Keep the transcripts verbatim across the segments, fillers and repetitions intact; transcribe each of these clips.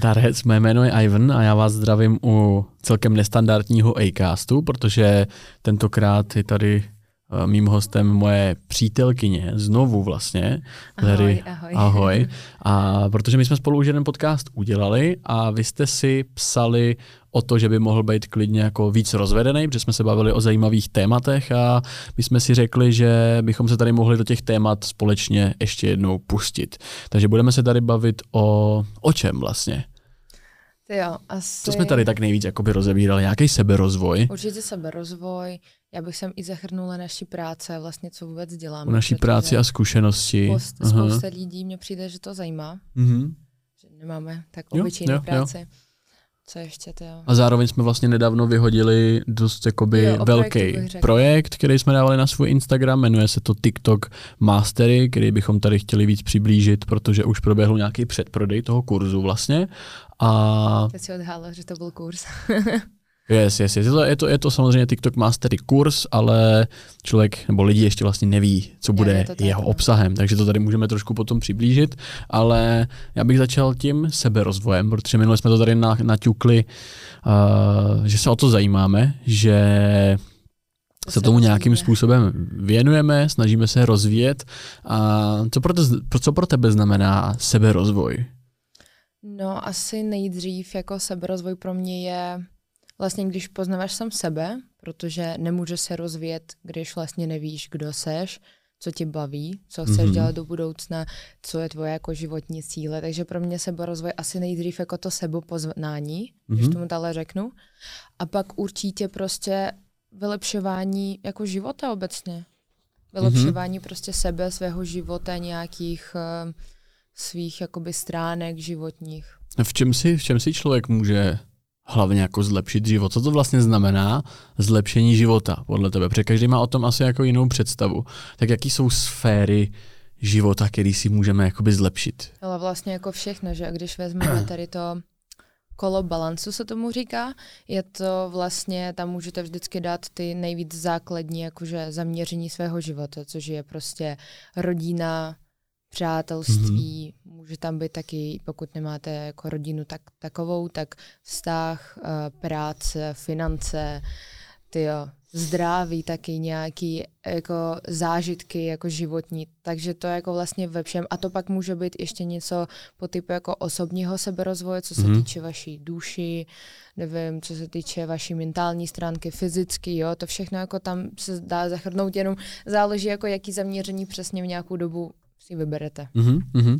Darec, mé jméno je Ivan a já vás zdravím u celkem nestandardního Acastu, protože tentokrát je tady mým hostem moje přítelkyně, znovu vlastně. Ahoj, ahoj. Ahoj. A protože my jsme spolu už jeden podcast udělali a vy jste si psali o to, že by mohl být klidně jako víc rozvedený, protože jsme se bavili o zajímavých tématech a my jsme si řekli, že bychom se tady mohli do těch témat společně ještě jednou pustit. Takže budeme se tady bavit o, o čem vlastně? Ty jo, asi... Co jsme tady tak nejvíc jakoby rozebírali? Nějaký seberozvoj? Určitě seberozvoj. Já bych sem i zahrnula naši práce, vlastně co vůbec děláme. O naší práci a zkušenosti. Spoust, spousta lidí mě přijde, že to zajímá. Mm-hmm. Že nemáme tak obyčejnou práci. Jo. Co ještě to jo? A zároveň jsme vlastně nedávno vyhodili dost jakoby jo, velký projekt, který jsme dávali na svůj Instagram, jmenuje se to TikTok Mastery, který bychom tady chtěli víc přiblížit, protože už proběhl nějaký předprodej toho kurzu vlastně. A... Teď si odhalil, že to byl kurz. Yes, yes, yes. Je, to, je, to, je to samozřejmě TikTok Mastery kurz, ale člověk nebo lidi ještě vlastně neví, co bude je jeho obsahem, takže to tady můžeme trošku potom přiblížit, ale já bych začal tím seberozvojem, protože minule jsme to tady na, naťukli, uh, že se o to zajímáme, že se tomu nějakým způsobem věnujeme, snažíme se rozvíjet. A co pro, te, co pro tebe znamená seberozvoj? No asi nejdřív jako seberozvoj pro mě je vlastně, když poznáváš sám sebe, protože nemůžeš se rozvíjet, když vlastně nevíš, kdo seš, co tě baví, co chceš mm-hmm. dělat do budoucna, co je tvoje jako životní cíle. Takže pro mě seberozvoj asi nejdřív jako to sebopoznání, mm-hmm. když tomu dále řeknu. A pak určitě prostě vylepšování jako života obecně. Vylepšování mm-hmm. prostě sebe, svého života, nějakých uh, svých jakoby stránek životních. V čem si, v čem si člověk může hlavně jako zlepšit život? Co to vlastně znamená zlepšení života podle tebe? Protože každý má o tom asi jako jinou představu. Tak jaký jsou sféry života, který si můžeme jakoby zlepšit? Ale vlastně jako všechno, že když vezmeme tady to kolo balancu, se tomu říká, je to vlastně, tam můžete vždycky dát ty nejvíc základní jakože zaměření svého života, což je prostě rodina, přátelství, mm-hmm. může tam být taky, pokud nemáte jako rodinu tak, takovou, tak vztah, práce, finance, tyjo, zdraví, taky nějaký jako zážitky jako životní, takže to je jako vlastně ve všem a to pak může být ještě něco po typu jako osobního seberozvoje, co se mm-hmm. týče vaší duši, nevím, co se týče vaší mentální stránky, fyzicky, jo, to všechno jako tam se dá zahrnout, jenom záleží jako jaký zaměření přesně v nějakou dobu si vyberete. Mm-hmm.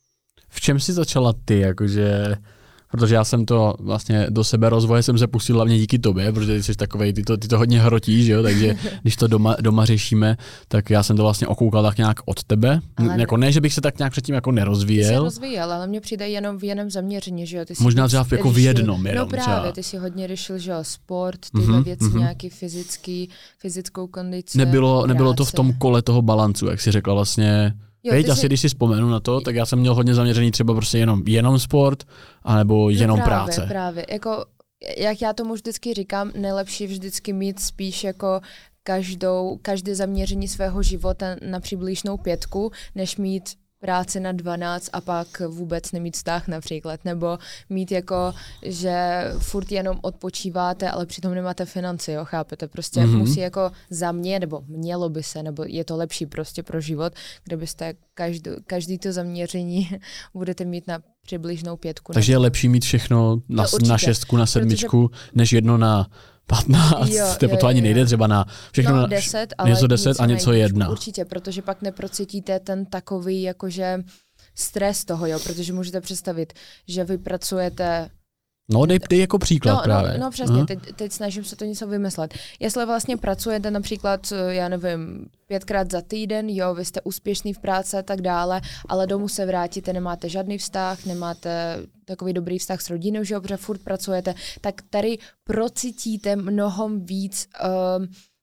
V čem jsi začala ty, jakože, protože já jsem to vlastně do seberozvoje jsem se pustil hlavně díky tobě, protože ty jsi takovej, ty to, ty to hodně hrotíš, jo, takže když to doma, doma řešíme, tak já jsem to vlastně okoukal tak nějak od tebe. Ale jako ne, že bych se tak nějak předtím jako nerozvíjel. Ty jsi rozvíjel, ale mně přijde jenom v jiném zaměření, že jo. Ty jsi možná třeba jako v jednom jenom. No právě, třeba. Ty si hodně řešil, že jo, sport, tyhle mm-hmm, věci, mm-hmm. nějaký fyzický, fyzickou kondici. Nebylo, nebylo to v tom kole toho balancu, jak jsi řekla vlastně. Jo, Veď, asi jsi... když si vzpomenu na to, tak já jsem měl hodně zaměřený třeba prostě jenom, jenom sport, anebo jenom no právě, práce. Právě, jako, jak já tomu vždycky říkám, nejlepší vždycky mít spíš jako každou, každé zaměření svého života na přibližnou pětku, než mít práci na dvanáct a pak vůbec nemít vztah například, nebo mít jako, že furt jenom odpočíváte, ale přitom nemáte finance, jo, chápete, prostě mm-hmm. musí jako za mě, nebo mělo by se, nebo je to lepší prostě pro život, kde byste každý, každý to zaměření budete mít na přibližnou pětku. Takže je lepší mít všechno na, no, na šestku, na sedmičku, protože... než jedno na patnáct, jo, to jo, to ani jo. nejde třeba na všechno no, na deset, ale něco deset a něco jedna. Určitě, protože pak neprocítíte ten takový jakože stres toho, jo, protože můžete představit, že vy pracujete. No, dej, dej jako příklad no, právě. No, no přesně, teď, teď snažím se to něco vymyslet. Jestli vlastně pracujete například, já nevím, pětkrát za týden, jo, vy jste úspěšný v práci a tak dále, ale domů se vrátíte, nemáte žádný vztah, nemáte takový dobrý vztah s rodinou, že jo, protože furt pracujete, tak tady procítíte mnohem víc um,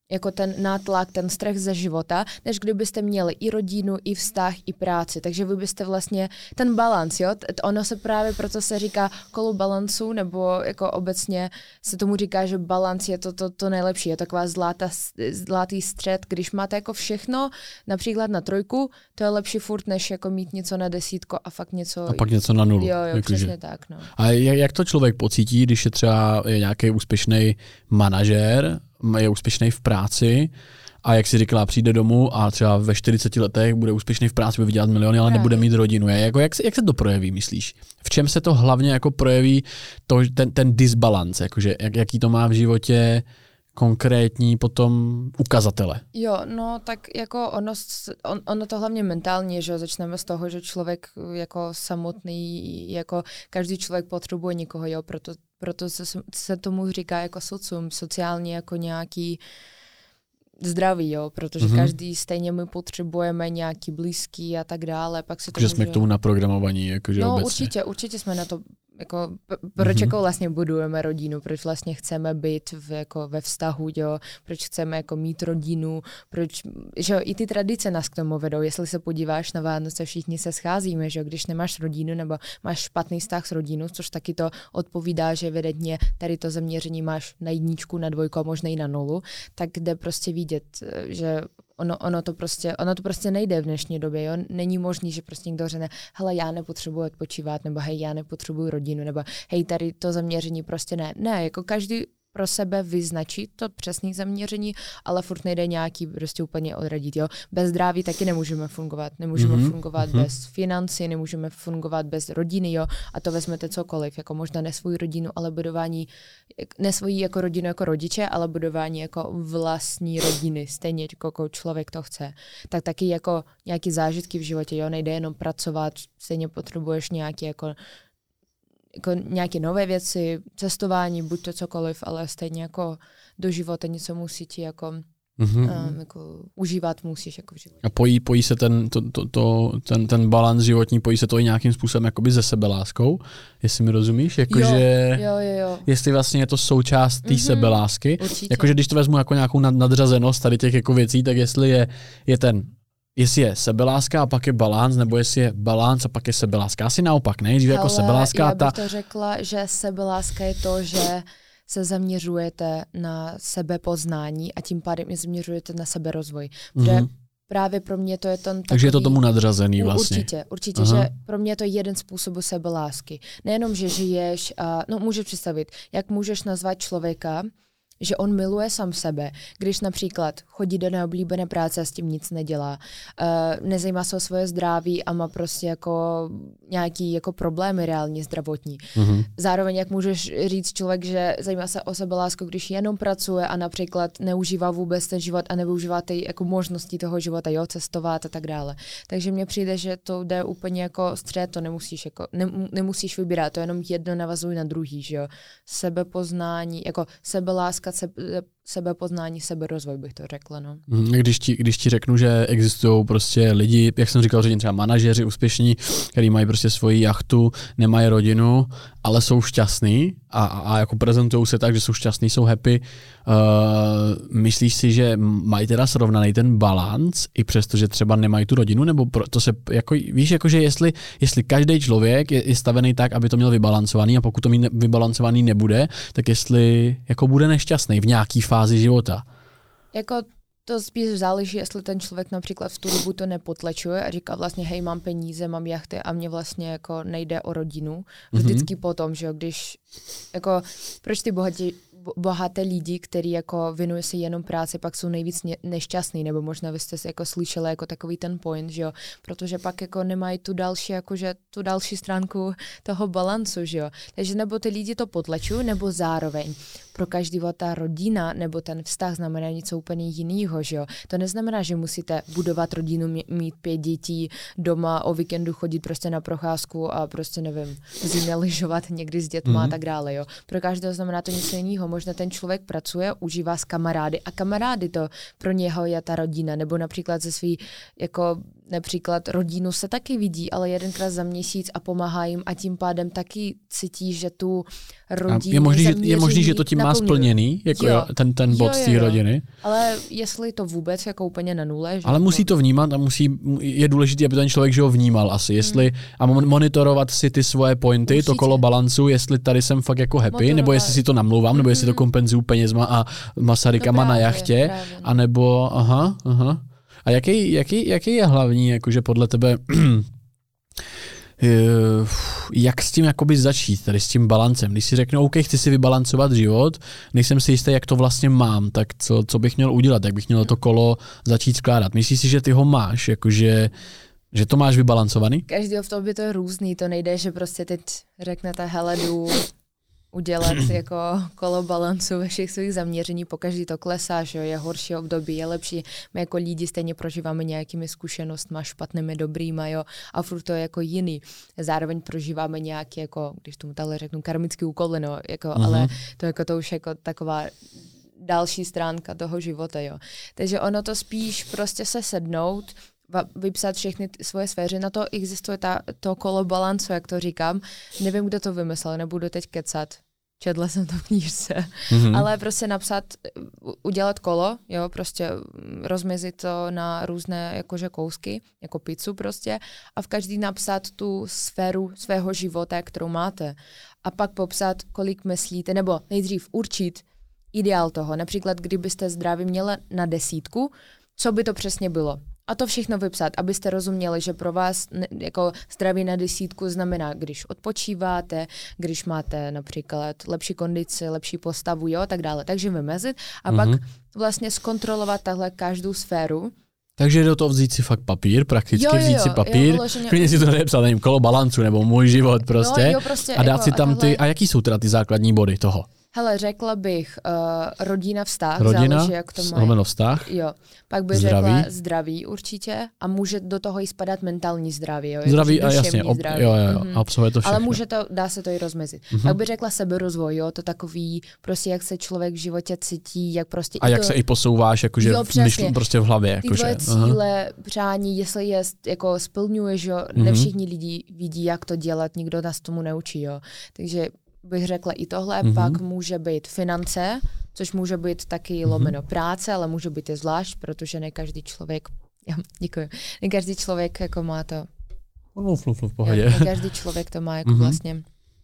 jako ten nátlak, ten stres ze života, než kdybyste měli i rodinu, i vztah, i práci. Takže vy byste vlastně ten balans, jo, ono se právě proto se říká kolo balancu, nebo jako obecně se tomu říká, že balans je to, to, to nejlepší, je taková zlátá, zlatý střed, když máte jako všechno, například na trojku, to je lepší furt, než jako mít něco na desítko a fakt něco... A pak něco na nulu. Jo, jo, jako přesně že. tak, no. A jak to člověk pocítí, když je třeba je nějaký úspěšný manažér, je úspěšný v práci a jak si říkala, přijde domů a třeba ve čtyřiceti letech bude úspěšný v práci, bude vydělat miliony, ale nebude mít rodinu. Je, jako, jak, se, jak se to projeví, myslíš? V čem se to hlavně jako projeví to, ten, ten disbalance, jakože jak, jaký to má v životě konkrétní potom ukazatele? Jo, no tak jako ono, on, ono to hlavně mentálně, že začneme z toho, že člověk jako samotný, jako každý člověk potřebuje někoho, jo, proto, proto se, se tomu říká jako socium, sociálně jako nějaký zdraví, jo, protože mm-hmm. každý stejně my potřebujeme nějaký blízký a tak dále, pak si to že může... jsme k tomu naprogramovaní, jakože no, obecně. určitě, určitě jsme na to, jako, proč mm-hmm. jako vlastně budujeme rodinu, proč vlastně chceme být v, jako ve vztahu, jo, proč chceme jako mít rodinu, proč, že jo, i ty tradice nás k tomu vedou, jestli se podíváš na Vánoce, všichni se scházíme, že jo, když nemáš rodinu nebo máš špatný vztah s rodinou, což taky to odpovídá, že evidentně tady to zaměření máš na jedničku, na dvojku a možná i na nulu, tak jde prostě vidět, že Ono, ono, to prostě, ono to prostě nejde v dnešní době, jo? Není možný, že prostě někdo řekne, hele, já nepotřebuji odpočívat, nebo hej, já nepotřebuji rodinu, nebo hej, tady to zaměření prostě ne. Ne, jako každý pro sebe vyznačí to přesné zaměření, ale furt nejde nějaký prostě úplně odradit, jo. Bez zdraví taky nemůžeme fungovat, nemůžeme mm-hmm. fungovat mm-hmm. bez financí, nemůžeme fungovat bez rodiny, jo. A to vezmete cokoliv, jako možná ne svou rodinu, ale budování, ne svoji jako rodinu jako rodiče, ale budování jako vlastní rodiny, stejně jako člověk to chce. Tak taky jako nějaký zážitky v životě, jo, nejde jenom pracovat, stejně potřebuješ nějaký jako jako nějaké nové věci, cestování, buď to cokoliv, ale stejně jako do života něco musí ti jako, mm-hmm. um, jako užívat musíš jako v životě. A pojí, pojí se ten, to, to, to, ten, ten balans životní, pojí se to i nějakým způsobem jakoby se sebeláskou, jestli mi rozumíš? Jako, jo, že jo, jo, jo. Jestli vlastně je to součást té mm-hmm. sebelásky. Určitě. Jakože když to vezmu jako nějakou nadřazenost tady těch jako věcí, tak jestli je, je ten jestli je sebeláska a pak je balans, nebo jestli je balans a pak je sebeláska. Asi naopak, ne? Když jako sebeláska. Já bych ta... to řekla, že sebeláska je to, že se zaměřujete na sebepoznání a tím pádem i zaměřujete na seberozvoj. Mm-hmm. Právě pro mě to je ten takový... Takže je to tomu nadřazený vlastně. Určitě, určitě, Aha. že pro mě to je jeden způsob sebelásky. Nejenom, že žiješ, a, no můžeš představit, jak můžeš nazvat člověka, že on miluje sám sebe, když například chodí do neoblíbené práce a s tím nic nedělá, uh, nezajímá se o svoje zdraví a má prostě jako nějaký jako problémy reálně zdravotní. Mm-hmm. Zároveň jak můžeš říct člověk, že zajímá se o sebelásku, když jenom pracuje a například neužívá vůbec ten život a nevyužívá ty jako možnosti toho života, jo, cestovat a tak dále. Takže mně přijde, že to jde úplně jako střed, to nemusíš jako, ne, nemusíš vybírat, to jenom jedno navazuje na druhý, že jo. Sebepoznání, jako sebeláska, sebe, sebepoznání, seberozvoj bych to řekla, no. Když ti, když ti řeknu, že existují prostě lidi, jak jsem říkal, že třeba manažeři úspěšní, kteří mají prostě svoji jachtu, nemají rodinu, ale jsou šťastní a, a jako prezentují se tak, že jsou šťastní, jsou happy. Uh, myslíš si, že mají teda srovnaný ten balans, i přesto, že třeba nemají tu rodinu, nebo pro, to se, jako, víš, jakože jestli, jestli každý člověk je, je stavený tak, aby to měl vybalancovaný a pokud to mít ne, vybalancovaný nebude, tak jestli jako bude nešťastný v nějaký fázi života. Jako to spíš záleží, jestli ten člověk například v tu dobu to nepotlečuje a říká vlastně, hej, mám peníze, mám jachty a mě vlastně jako nejde o rodinu. Vždycky mm-hmm. potom, že jo, když, jako, proč ty bohatí, bohaté lidi, kteří jako věnují se jenom práci, pak jsou nejvíc nešťastní, nebo možná vy jste si jako slyšeli jako takový ten point, že jo, protože pak jako nemají tu další, jakože tu další stránku toho balancu, že jo. Takže nebo ty lidi to potlačují, nebo zároveň pro každého ta rodina nebo ten vztah znamená něco úplně jiného, že jo. To neznamená, že musíte budovat rodinu, mít pět dětí, doma o víkendu chodit prostě na procházku a prostě nevím, zimně lyžovat někdy s dětma mm-hmm. a tak dále, jo. Pro každého znamená to něco jiného. Možná ten člověk pracuje, užívá s kamarády a kamarády to pro něho je ta rodina, nebo například ze svý jako například rodinu se taky vidí, ale jedenkrát za měsíc a pomáhá jim a tím pádem taky cítí, že tu rodinu je možný, že, je možný, že to tím naplňují. Má splněný, jako jo. ten, ten bod z té rodiny. Ale jestli to vůbec jako úplně na nule. Že ale musí jako... to vnímat a musí, je důležité, aby ten člověk že ho vnímal asi. Jestli, hmm. a monitorovat si ty svoje pointy, určitě. To kolo balancu, jestli tady jsem fakt jako happy, motorovat. Nebo jestli si to namlouvám, hmm. nebo jestli to kompenzuju penězma a Masarykama no právě, na jachtě, právě. Anebo, aha, aha. A jaký, jaký, jaký je hlavní, jakože podle tebe, jak s tím jakoby začít, tady s tím balancem? Když si řeknu, OK, chci si vybalancovat život, nejsem si jistý, jak to vlastně mám, tak co, co bych měl udělat, jak bych měl to kolo začít skládat? Myslíš si, že ty ho máš, jakože, že to máš vybalancovaný? Každý v tom by to je různý, to nejde, že prostě teď řeknete, hele, jdu udělat jako kolo balancu ve všech svých zaměření, pokaždý to klesá, že je horší období, je lepší. My jako lidi stejně prožíváme nějakými zkušenostmi, špatnými, dobrýma, jo, a furt to je jako jiný. Zároveň prožíváme nějaké, jako, když tomu tady řeknu, karmický úkoly, no, jako, uh-huh. ale to, jako, to už jako taková další stránka toho života, jo. Takže ono to spíš prostě se sednout, vypsat všechny svoje sféry, na to existuje ta, to kolo balancu, jak to říkám. Nevím, kdo to vymyslel, nebudu teď kecat. Četla jsem to v knížce. Mm-hmm. Ale prostě napsat, udělat kolo, jo, prostě rozmezit to na různé jakože kousky, jako pizzu prostě a v každý napsat tu sféru svého života, kterou máte. A pak popsat, kolik myslíte, nebo nejdřív určit ideál toho. Například, kdybyste zdraví měli na desítku, co by to přesně bylo. A to všechno vypsat, abyste rozuměli, že pro vás jako zdraví na desítku znamená, když odpočíváte, když máte například lepší kondici, lepší postavu, jo, tak dále. Takže vymezit a mm-hmm. pak vlastně zkontrolovat tahle každou sféru. Takže do toho vzít si fakt papír, prakticky jo, jo, vzít si papír, klidně si to nepsat, nevím, kolo balancu nebo můj život prostě, no, jo, prostě a dát jako, si tam a tahle... ty, a jaký jsou teda ty základní body toho? Hele, řekla bych uh, rodina, vztah, rodina, záleží, jak to má. vztah. Jo. Pak bych zdraví. Řekla zdraví určitě a může do toho i spadat mentální zdraví. Jo? Zdraví a jasně, ob, zdraví. jo, jo, mm-hmm. obsahuje to všechno. Ale může to, dá se to i rozmezit. Mm-hmm. Pak bych řekla seberozvoj, jo, to takový, prostě jak se člověk v životě cítí, jak prostě... A jak to... se i posouváš, jakože jo, myšl, prostě v hlavě. Ty jakože. tvoje cíle, uh-huh. přání, jestli je jako splňuješ, jo, mm-hmm. ne všichni lidi vidí, jak to dělat, nikdo nás tomu neučí, jo. Takže bych řekla i tohle, mm-hmm. pak může být finance, což může být taky mm-hmm. lomeno práce, ale může být i zvlášť, protože ne každý člověk, já, děkuji, ne každý člověk jako má to, no, flu, flu, v pohodě. Ne každý člověk to má jako mm-hmm. vlastně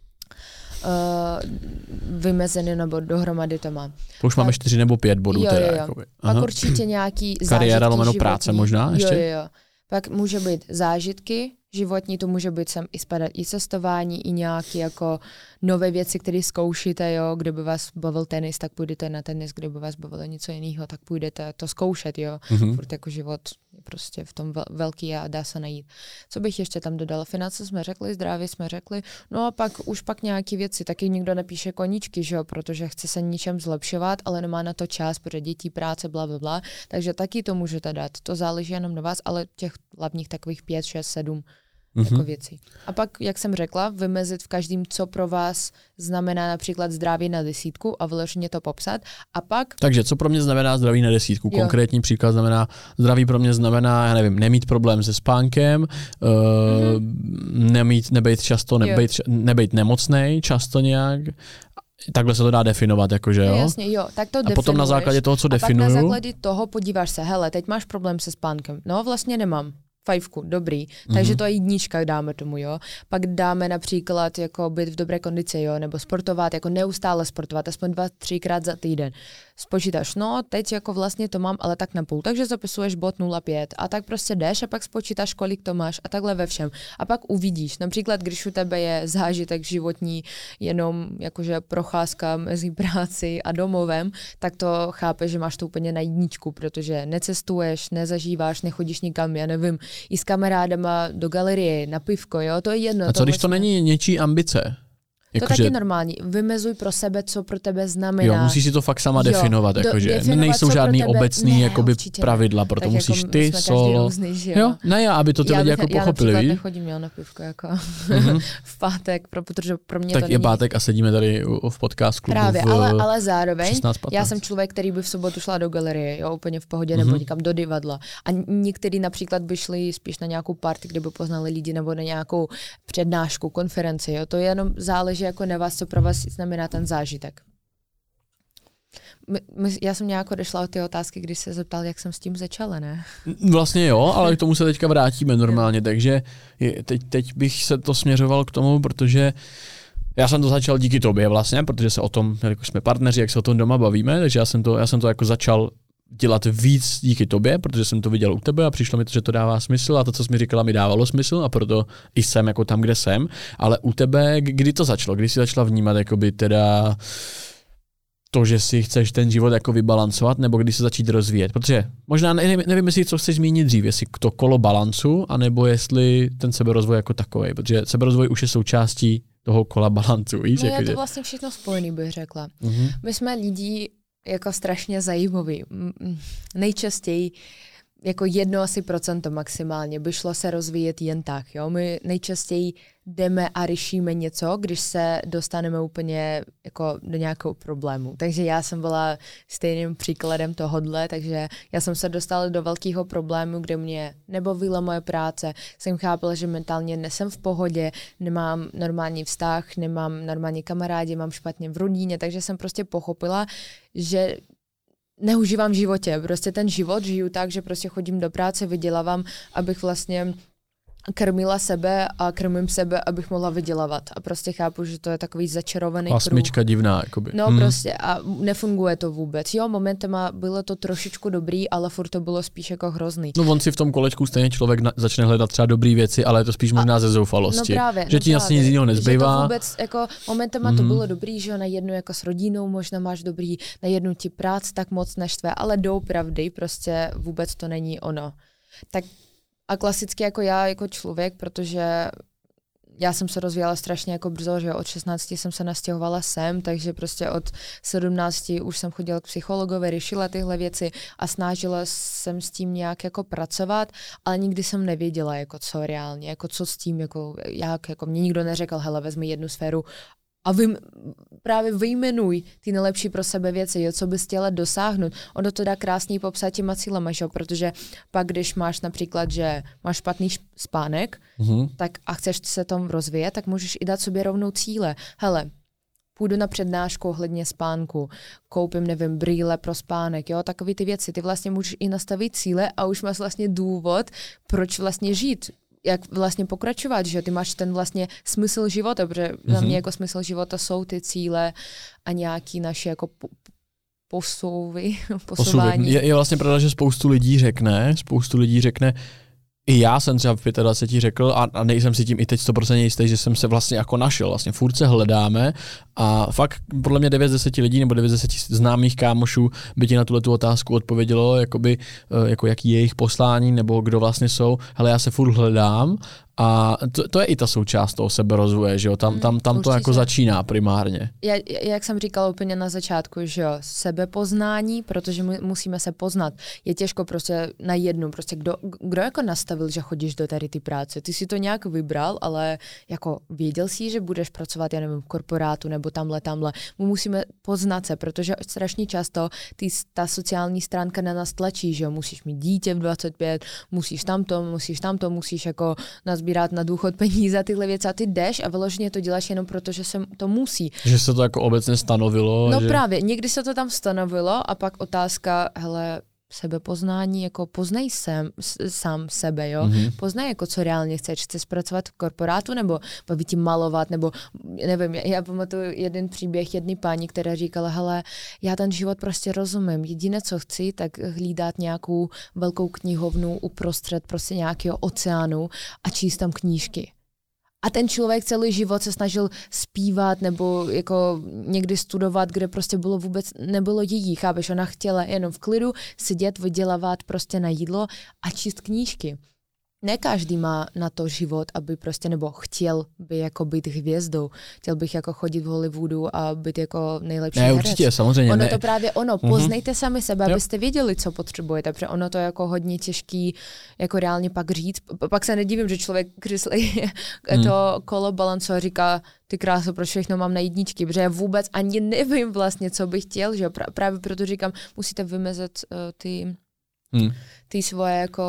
uh, vymezený nebo dohromady to má. To už pak, máme čtyři nebo pět bodů jo, teda. Jo, jakoby. Pak určitě nějaký zážitky kariéra lomeno životní. Práce možná ještě? Jo, jo, jo. Pak může být zážitky životní, to může být sem i spadat i cestování, i nějaké jako nové věci, které zkoušíte, jo, kdyby vás bavil tenis, tak půjdete na tenis, kdyby vás bavilo něco jiného, tak půjdete to zkoušet, jo. Mm-hmm. Furt jako život je prostě v tom velký a dá se najít. Co bych ještě tam dodala? Finance jsme řekli, zdraví jsme řekli, no a pak už pak nějaké věci, taky nikdo nepíše koníčky, že jo, protože chce se ničem zlepšovat, ale nemá na to čas, protože dětí, práce, bla, bla, bla, takže taky to můžete dát. To záleží jenom na vás, ale těch hlavních takových pět, šest, sedm Mm-hmm. jako věcí. A pak, jak jsem řekla, vymezit v každém, co pro vás znamená například zdraví na desítku a vyloženě to popsat. A pak... Takže co pro mě znamená zdraví na desítku? Jo. Konkrétní příklad znamená, zdraví pro mě znamená, já nevím, nemít problém se spánkem, mm-hmm. uh, nemít, nebejt často, nebejt, nebejt nemocnej často nějak. Takhle se to dá definovat, jakože jo? No jasně, jo, tak to a definuješ. potom na základě toho, co a definuju... A pak na základě toho podíváš se, hele, teď máš problém se spánkem. No, vlastně nemám. Fajfku, dobrý. Takže mm-hmm. to je jednička, dáme tomu, jo. Pak dáme například jako být v dobré kondici, jo, nebo sportovat, jako neustále sportovat, aspoň dva, třikrát za týden. Spočítáš, no, teď jako vlastně to mám, ale tak na půl, takže zapisuješ bod nula celá pět a tak prostě jdeš a pak spočítáš, kolik to máš a takhle ve všem. A pak uvidíš, například, když u tebe je zážitek životní, jenom jakože procházka mezi práci a domovem, tak to chápeš, že máš to úplně na jedničku, protože necestuješ, nezažíváš, nechodíš nikam, já nevím, i s kamarádama do galerie, na pivko, jo, to je jedno. A co když to není něčí ambice? Jako, to taky že... normální. Vymezuj pro sebe, co pro tebe znamená. Jo, musíš si to fakt sama jo, definovat. Jakože definovat, nejsou žádný obecný ne, jakoby pravidla, proto tak musíš jako ty solo. Různý, že jo? jo, ne, aby to ty lidi jako já pochopili. Já například nechodím jo, na pivko jako mm-hmm. v pátek, protože pro mě tak to je není... pátek a sedíme tady v podcast klubu. Právě, v ale, ale zároveň šestnáct já jsem člověk, který by v sobotu šla do galerie, jo, úplně v pohodě, mm-hmm. nebo někam do divadla. A někteří například by šli spíš na nějakou party, kde by poznali lidi, nebo na nějakou přednášku, konferenci, jo. To jenom záleží jako na vás, co pro vás znamená ten zážitek. My, my, já jsem nějak odešla od ty otázky, když se zeptal, jak jsem s tím začala, ne? Vlastně jo, ale k tomu se teďka vrátíme normálně, takže je, teď, teď bych se to směřoval k tomu, protože já jsem to začal díky tobě vlastně, protože se o tom, jako jsme partneři, jak se o tom doma bavíme, takže já jsem to, já jsem to jako začal dělat víc díky tobě, protože jsem to viděl u tebe a přišlo mi to, že to dává smysl a to, co jsi mi říkala, mi dávalo smysl a proto i jsem jako tam, kde jsem, ale u tebe, kdy to začalo, kdy jsi začala vnímat jakoby teda to, že si chceš ten život jako vybalancovat, nebo kdy se začít rozvíjet, protože možná nevím, nevím jestli co chceš zmínit dřív, jestli to kolo balancu, anebo jestli ten seberozvoj jako takový, protože seberozvoj už je součástí toho kola balancu, víš? No jako, je to že... vlastně všechno spojený, bych řekla. Mm-hmm. My jsme lidi jako strašně zajímaví. Nejčastěji jako jedno asi procento maximálně by šlo se rozvíjet jen tak. Jo? My nejčastěji jdeme a řešíme něco, když se dostaneme úplně jako do nějakého problému. Takže já jsem byla stejným příkladem tohodle, takže já jsem se dostala do velkého problému, kde mě nebavila moje práce, jsem chápala, že mentálně nejsem v pohodě, nemám normální vztah, nemám normální kamarádi, mám špatně v rodině, takže jsem prostě pochopila, že neužívám v životě. Prostě ten život žiju tak, že prostě chodím do práce, vydělávám, abych vlastně krmila sebe a krmím sebe, abych mohla vydělávat. A prostě chápu, že to je takový začarovaný kruh. Pasmička divná, jakoby. No hmm. prostě a nefunguje to vůbec. Jo, momentama bylo to trošičku dobrý, ale furt to bylo spíš jako hrozný. No on si v tom kolečku stejně člověk na, začne hledat třeba dobrý věci, ale je to spíš možná a, ze zoufalosti. No právě, že no ti asi nic jiného nezbývá. Že to vůbec jako momentama hmm. to bylo dobrý, že na jednu jako s rodinou možná máš dobrý, na jednu ti prác tak moc neštve, ale doopravdy prostě vůbec to není ono. Tak a klasicky jako já, jako člověk, protože já jsem se rozvíjela strašně jako brzo, že od šestnácti jsem se nastěhovala sem, takže prostě od sedmnácti už jsem chodila k psychologovi, řešila tyhle věci a snažila jsem s tím nějak jako pracovat, ale nikdy jsem nevěděla, jako co reálně, jako co s tím, jako jak, jako mě nikdo neřekl, hele, vezmi jednu sféru a vy, právě vyjmenuj ty nejlepší pro sebe věci, jo, co bys chtěla dosáhnout. Ono to dá krásně popsat těma cílema, že? Protože pak, když máš například, že máš špatný spánek, mm-hmm. tak a chceš se tom rozvíjet, tak můžeš i dát sobě rovnou cíle. Hele, půjdu na přednášku ohledně spánku, koupím, nevím, brýle pro spánek, jo, takový ty věci. Ty vlastně můžeš i nastavit cíle a už máš vlastně důvod, proč vlastně žít. Jak vlastně pokračovat, že ty máš ten vlastně smysl života, protože mm-hmm. za mě jako smysl života jsou ty cíle a nějaký naše jako posouvy, posouvání. Je, je vlastně pravda, že spoustu lidí řekne, spoustu lidí řekne, i já jsem třeba v dvaceti pěti řekl a, a nejsem si tím i teď sto procent jistý, že jsem se vlastně jako našel. Vlastně furt se hledáme a fakt podle mě devět z deseti lidí nebo devět z deseti známých kámošů by ti na tuhle tu otázku odpovědělo, jakoby, jako jaký je jejich poslání nebo kdo vlastně jsou. Hele, já se furt hledám a to, to je i ta součást toho seberozvoje, že jo? Tam, tam, tam to jako začíná primárně. Já, jak jsem říkala úplně na začátku, že jo, sebepoznání, protože my musíme se poznat. Je těžko prostě na jednu, prostě kdo, kdo jako nastavil, že chodíš do tady ty práce. Ty si to nějak vybral, ale jako věděl jsi, že budeš pracovat, já nevím, v korporátu nebo tamhle, tamhle. My musíme poznat se, protože strašně často ty, ta sociální stránka na nás tlačí, že jo, musíš mít dítě v dvacet pět, musíš tamto, musíš tamto, musíš jako nazbírat na důchod peníze a tyhle věci a ty jdeš a vyloženě to děláš jenom proto, že se to musí. Že se to jako obecně stanovilo. No že... právě, někdy se to tam stanovilo a pak otázka, hele, sebepoznání, jako poznej sem, sám sebe, jo. Mm-hmm. Poznaj, jako co reálně chceš. Chceš pracovat v korporátu, nebo baví ti malovat, nebo nevím, já, já pamatuju jeden příběh jedné paní, která říkala, hele, já ten život prostě rozumím. Jediné, co chci, tak hlídat nějakou velkou knihovnu uprostřed prostě nějakého oceánu a číst tam knížky. A ten člověk celý život se snažil zpívat nebo jako někdy studovat, kde prostě bylo vůbec, nebylo jí, chápeš, ona chtěla jenom v klidu sedět, vydělávat prostě na jídlo a číst knížky. ne každý má na to život, aby prostě, nebo chtěl by jako být hvězdou, chtěl bych jako chodit v Hollywoodu a být jako nejlepší ne, herec. určitě, samozřejmě. Ono ne. to právě ono, poznejte mm-hmm. sami sebe, abyste věděli, co potřebujete, protože ono to je jako hodně těžký jako reálně pak říct. Pak se nedivím, že člověk kryslí mm. to kolo balancu a říká, ty kráso, proč všechno mám na jedničky, protože já vůbec ani nevím vlastně, co bych chtěl, že právě proto říkám, musíte vymezet uh, ty, mm. ty svoje jako...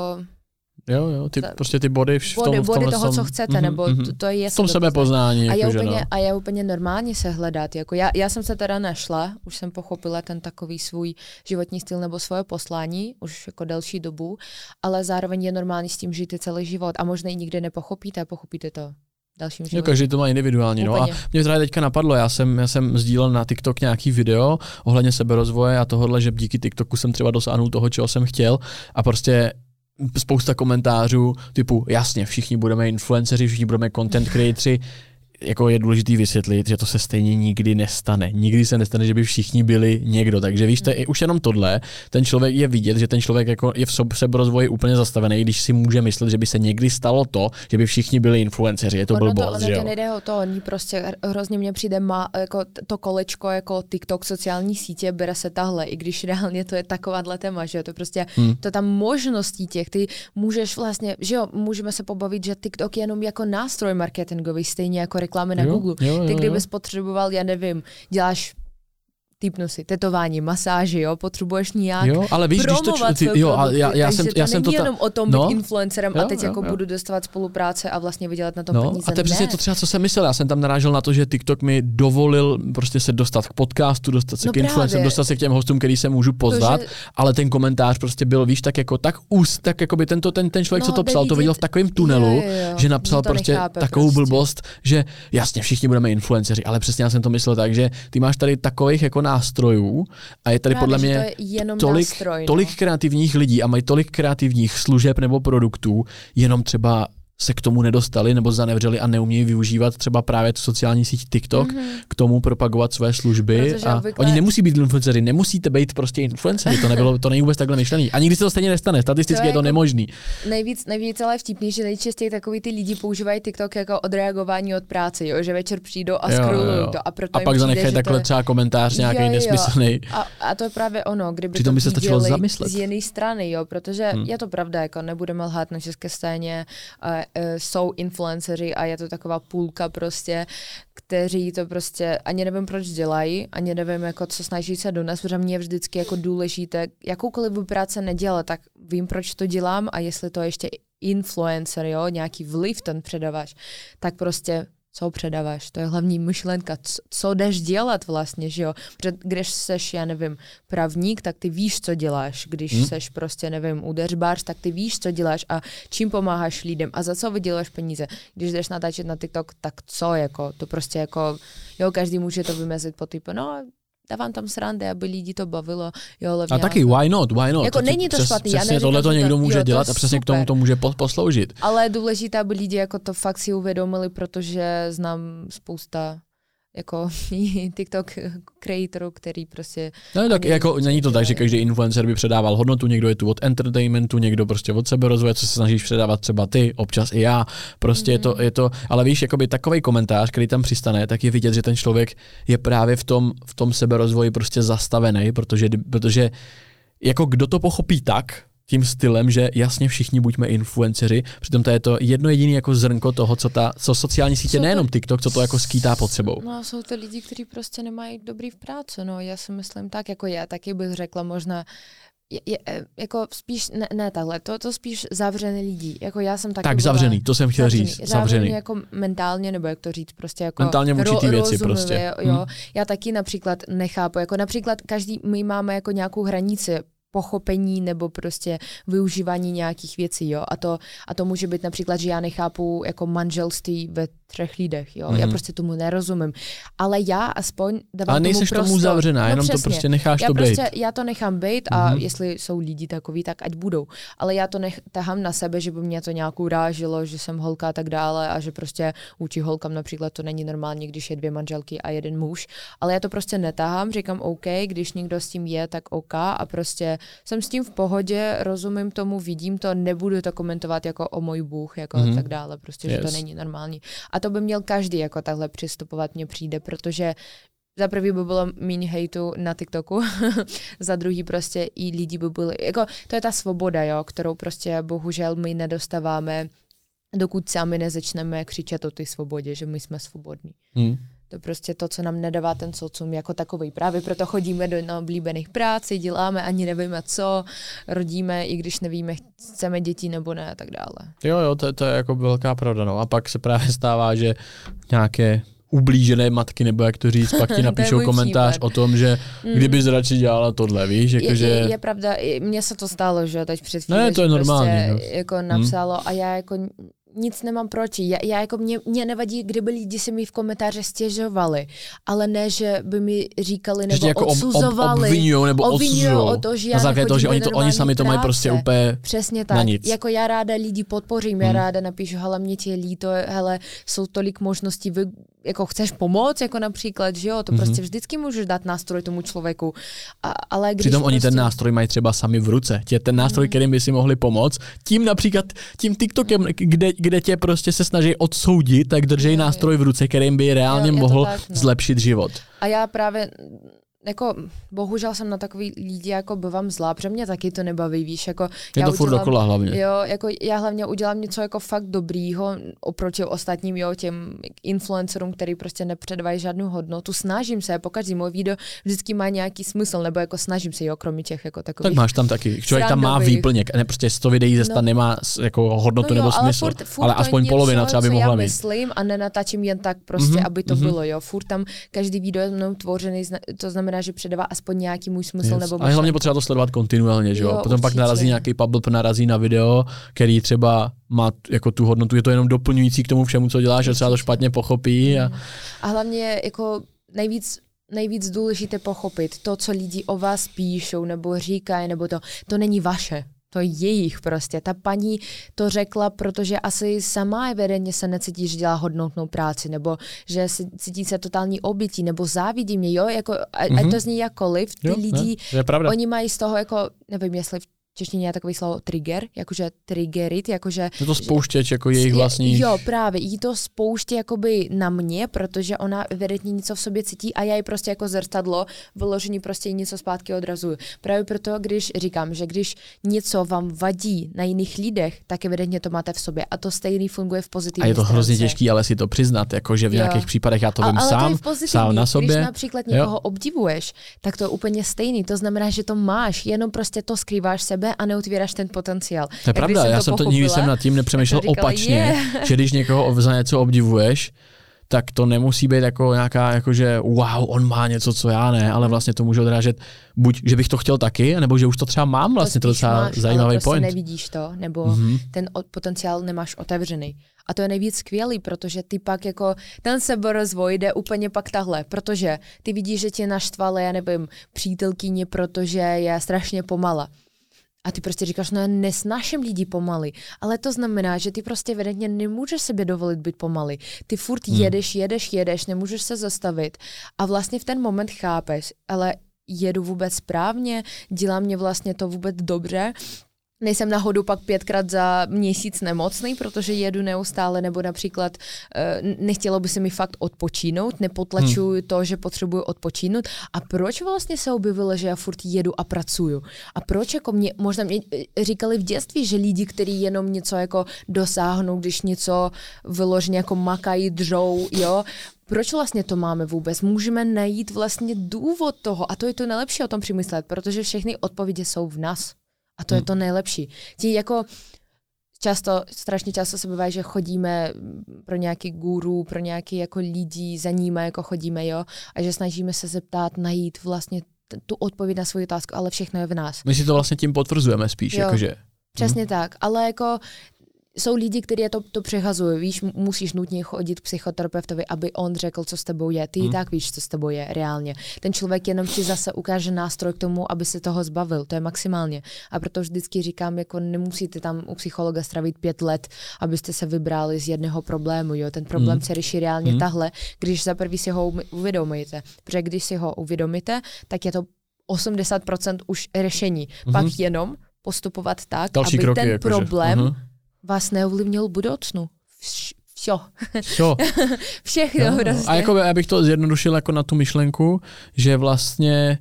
Jo, jo, ty, ta, prostě ty body v tom, body, v body toho, tom, co chcete, mm-hmm, nebo to, to je... V tom sebepoznání. A, jako, úplně, no. a je úplně normálně se hledat. Jako já, já jsem se teda našla, už jsem pochopila ten takový svůj životní styl nebo svoje poslání, už jako delší dobu, ale zároveň je normální s tím žít celý život a možná i nikdy nepochopíte a pochopíte to. Dalším jo, každý to má individuálně. No a mě právě teďka napadlo, já jsem, já jsem sdílel na TikTok nějaký video ohledně seberozvoje a tohohle, že díky TikToku jsem třeba dosáhnul toho, čeho jsem chtěl a prostě spousta komentářů typu jasně, všichni budeme influenceři, všichni budeme content creatoři, jako je důležitý vysvětlit, že to se stejně nikdy nestane. Nikdy se nestane, že by všichni byli někdo. Takže víš, to je už jenom tohle, ten člověk je vidět, že ten člověk jako je v seberozvoji úplně zastavený, když si může myslet, že by se někdy stalo to, že by všichni byli influenceři. Je to blbost, že jo? To nejde o to, oni prostě hrozně mě přijde má jako to kolečko jako TikTok, sociální sítě, bere se tahle, i když reálně to je takováhle téma, že jo? To prostě hmm. to tam možností těch, ty můžeš vlastně, že jo, můžeme se pobavit, že TikTok je jenom jako nástroj marketingový, stejně jako reklamy na jo, Google. Jo, jo, Ty kdybys potřeboval, já nevím, děláš typnu si tetování, masáži, jo, potřebuješ nějak jo, ale víš, promovat když to, ty, jo, a já, já takže jsem, to já jsem není to jenom o tom no, být influencerem jo, a teď jo, jako jo. budu dostávat spolupráce a vlastně vydělat na tom no, peníze. A to je přesně to třeba, co jsem myslel. Já jsem tam narážel na to, že TikTok mi dovolil prostě se dostat k podcastu, dostat se no k influencerům, dostat se k těm hostům, který se můžu pozvat, to, že... ale ten komentář prostě byl, víš, tak jako tak úst, tak jako by tento, ten, ten člověk, no, co to psal, vidět... to viděl v takovém tunelu, jo, jo, jo. že napsal prostě takovou prostě. blbost, že jasně všichni budeme influenceři, ale přesně já jsem to myslel tak, že ty máš tady takových jako nástrojů a je tady podle mě tolik, nástroj, no. tolik kreativních lidí a mají tolik kreativních služeb nebo produktů, jenom třeba se k tomu nedostali nebo zanevřeli a neumějí využívat třeba právě tu sociální síť TikTok mm-hmm. k tomu propagovat své služby. Protože a obvykle... Oni nemusí být influenceři, nemusíte být prostě influenceři, to nebylo, to není vůbec takhle myšlený. A nikdy se to stejně nestane, statisticky to je, je to jako nemožný. Nejvíc, nejvíc ale vtipný, že nejčastěji takový ty lidi používají TikTok jako odreagování od práce, jo? Že večer přijdou a scrollují to. A, proto a pak zanechají takhle je... třeba komentář nějaký nesmyslný. A, a to je právě ono, kdyby Přitom to by se stačilo zamyslet. Z jiné strany, jo? Protože hmm. je to pravda, jako nebudeme lhát na české scéně, uh, uh, jsou influenceři a je to taková půlka prostě, kteří to prostě ani nevím, proč dělají, ani nevím, jako co snaží se donést, protože mě je vždycky jako důležité, jakoukoliv práce nedělat, tak vím, proč to dělám a jestli to ještě influencer, jo, nějaký vliv ten předáváš, tak prostě co předáváš, to je hlavní myšlenka, co, co jdeš dělat vlastně, že jo, protože když seš, já nevím, právník, tak ty víš, co děláš, když hmm. seš prostě, nevím, údeřbář, tak ty víš, co děláš a čím pomáháš lidem a za co vyděláš peníze. Když jdeš natáčet na TikTok, tak co, jako, to prostě jako, jo, každý může to vymezit po typu, no, dávám tam srandy, aby lidi to bavilo. Jo, a taky, why not, why not? Jako to není to přes, špatný. Přesně tohle to někdo může jo, dělat a přesně super. K tomu to může posloužit. Ale je důležité, aby lidi jako to fakt si uvědomili, protože znám spousta jako TikTok creatorů, který prostě... No tak jako není to tak, že každý influencer by předával hodnotu, někdo je tu od entertainmentu, někdo prostě od seberozvoje, co se snažíš předávat třeba ty, občas i já, prostě mm-hmm. je to, je to, ale víš, jakoby takovej komentář, který tam přistane, tak je vidět, že ten člověk je právě v tom, v tom seberozvoji prostě zastavený, protože, protože jako kdo to pochopí tak, tím stylem, že jasně všichni buďme influenceři, přitom to je to jedno jediné jako zrnko toho, co ta co sociální sítě, jsou nejenom TikTok, co to jako skýtá pod sebou. No jsou to lidi, kteří prostě nemají dobrý v práci, no já si myslím tak, jako já taky bych řekla možná, je, je, jako spíš, ne, ne takhle, to, to spíš zavřený lidi, jako já jsem taky Tak byla, zavřený, to jsem chtěl zavřený, říct, zavřený. zavřený. jako mentálně, nebo jak to říct, prostě jako mentálně vůči ty věci prostě. Jo, hmm. Já taky například nechápu, jako například každý, my máme jako nějakou hranici, pochopení nebo prostě využívání nějakých věcí, jo. A to, a to může být například, že já nechápu jako manželství ve třech lidech, jo. Mm. Já prostě tomu nerozumím. Ale já aspoň dávám ale tomu nejseš prostor. tomu zavřená, no, jenom přesně. to prostě necháš já to prostě, být. Já to nechám být a mm. jestli jsou lidi takový, tak ať budou. Ale já to netahám na sebe, že by mě to nějak urážilo, že jsem holka a tak dále a že prostě vůči holkám například to není normální, když je dvě manželky a jeden muž. Ale já to prostě netahám, říkám OK, když někdo s tím je, tak OK a prostě jsem s tím v pohodě, rozumím tomu, vidím to, nebudu to komentovat jako o můj Bůh, jako mm. tak dále, prostě, yes. že to není normální. A to by měl každý jako takhle přistupovat, mně přijde, protože za prvý by bylo méně hejtu na TikToku, za druhý prostě i lidi by byli, jako to je ta svoboda, jo, kterou prostě bohužel my nedostáváme, dokud sami nezačneme křičet o té svobodě, že my jsme svobodní. Mm. To je prostě to, co nám nedává ten socium jako takový. Právě proto chodíme do neoblíbených práci, děláme, ani nevíme co, rodíme, i když nevíme, chceme děti nebo ne a tak dále. Jo, jo, to, to je jako velká pravda. No. A pak se právě stává, že nějaké ublížené matky, nebo jak to říct, pak ti napíšou komentář případ. O tom, že mm. kdybys radši dělala tohle, víš? Jako, je, že... je, je pravda, mně se to stalo, že teď před chvíli, ne, to je normální, prostě jako napsalo mm. a já jako nic nemám proti. Já, já jako mě, mě nevadí, kdyby lidi se mi v komentáři stěžovali, ale ne, že by mi říkali nebo jako odsuzovali. Ob, ob, obvinujou nebo obvinujou o to, že já na základě toho, že oni, to, oni sami to mají prostě úplně přesně tak. Na nic. Jako já ráda lidi podpořím, hmm. já ráda napíšu, hele, mě tě je líto, hele, jsou tolik možností, vy, jako chceš pomoct, jako například, že jo, to hmm. prostě vždycky můžeš dát nástroj tomu člověku. A, ale když přitom prostě... oni ten nástroj mají třeba sami v ruce. Tě ten nástroj, hmm. kterým by si mohli pomoct, tím například, tím TikTokem, kde, kde tě prostě se snaží odsoudit, tak držej jo, nástroj jo. v ruce, kterým by reálně jo, mohl tak, no. zlepšit život. A já právě jako bohužel jsem na takový lidi jako bývám zlá, protože mě taky to nebaví, víš, jako je já to furt udělám, dokola hlavně. Jo, jako já hlavně udělám něco jako fakt dobrýho oproti ostatním, jo, těm influencerům, který prostě nepředvají žádnou hodnotu. Snažím se, pokaždý můj video vždycky má nějaký smysl, nebo jako snažím se, jo, kromě těch jako takových. Tak máš tam taky, člověk tam má výplněk, ne prostě sto videí ze sta no, nemá jako hodnotu no jo, nebo ale smysl, furt, furt ale aspoň něco, polovina třeba by mohla mít. Já myslím a nenatáčím jen tak prostě, mm-hmm, aby to mm-hmm. bylo, jo. Furt tam každý video je mnou tvořený, to znamená, že předává aspoň nějaký můj smysl yes. nebo myšlenku. Ale hlavně potřeba to sledovat kontinuálně, že jo? jo Potom určitě. Pak narazí nějaký public, narazí na video, který třeba má jako tu hodnotu, je to jenom doplňující k tomu všemu, co děláš, že třeba to špatně pochopí. A, a hlavně jako nejvíc nejvíc důležité pochopit to, co lidi o vás píšou nebo říkají, nebo to, to není vaše. To je jejich prostě. Ta paní to řekla, protože asi sama evidentně se necítí, že dělá hodnotnou práci, nebo že se cítí se totální obětí, nebo závidí mě, jo, jako, a, mm-hmm. ať to zní jakkoliv, ty jo, lidi, ne, oni mají z toho jako, nevím, jestli v češtině je takový slovo trigger, jakože triggerit, jakože... Je to spouštěč, jako jejich vlastní... Jo, právě, jí to spouští jakoby na mě, protože ona evidentně něco v sobě cítí a já ji prostě jako zrcadlo vyložení prostě něco zpátky odrazuju. Právě proto, když říkám, že když něco vám vadí na jiných lidech, tak evidentně to máte v sobě a to stejný funguje v pozitivní A je to stránce. hrozně těžký, ale si to přiznat, jakože v nějakých jo. případech já to vím ale sám, to sám na sobě. Když například někoho jo. obdivuješ, tak to je úplně stejný, to znamená, že to máš, jenom prostě to skrýváš sebe a neotvíráš ten potenciál. To je pravda, já to jsem to nikdy jsem nad tím nepřemýšlel říkala, opačně, je. Že když někoho za něco obdivuješ, tak to nemusí být jako nějaká, jakože wow, on má něco, co já ne, ale vlastně to může odrážet buď, že bych to chtěl taky, nebo že už to třeba mám vlastně, to, to docela máš, zajímavý ale prostě point. Nevidíš to, nebo mm-hmm. ten potenciál nemáš otevřený. A to je nejvíc skvělý, protože ty pak jako ten seberozvoj jde úplně pak tahle, protože ty vidíš, že tě naštvala, já nevím, přítelkyně, protože je strašně pomala. A ty prostě říkáš, no já nesnáším lidi pomaly, ale to znamená, že ty prostě evidentně nemůžeš sebe dovolit být pomaly. Ty furt hmm. jedeš, jedeš, jedeš, nemůžeš se zastavit a vlastně v ten moment chápeš, ale jedu vůbec správně, dělá mě vlastně to vůbec dobře, nejsem náhodou pak pětkrát za měsíc nemocný, protože jedu neustále, nebo například uh, nechtělo by se mi fakt odpočínout, nepotlačuju hmm. to, že potřebuju odpočínout. A proč vlastně se objevilo, že já furt jedu a pracuju? A proč jako mě, možná mě říkali v dětství, že lidi, kteří jenom něco jako dosáhnou, když něco vyloženě jako makají, dřou, jo, proč vlastně to máme vůbec? Můžeme najít vlastně důvod toho a to je to nejlepší o tom přemyslet, protože všechny odpovědi jsou v nás. A to hmm. je to nejlepší. Ti jako často, strašně často se bývá, že chodíme pro nějaký guru, pro nějaký jako lidi, za nimi jako chodíme, jo, a že snažíme se zeptat, najít vlastně t- tu odpověď na svou otázku, ale všechno je v nás. My si to vlastně tím potvrzujeme spíš, jo, jakože. Přesně hmm. tak, ale jako jsou lidi, kteří to, to přehazují, víš, musíš nutně chodit k psychoterapeutovi, aby on řekl, co s tebou je. Ty hmm. i tak víš, co s tebou je reálně. Ten člověk jenom ti zase ukáže nástroj k tomu, aby se toho zbavil, to je maximálně. A proto vždycky říkám, jako nemusíte tam u psychologa stravit pět let, abyste se vybrali z jedného problému, jo. Ten problém hmm. se řeší reálně hmm. tahle, když za prvý si ho uvědomíte. Protože když si ho uvědomíte, tak je to osmdesát procent už řešení. Hmm. Pak jenom postupovat tak, další aby kroky, ten jako problém uh-huh. vás neovlivnil v budoucnu. Vše. Všechno no, prostě. A jako já bych to zjednodušil jako na tu myšlenku, že vlastně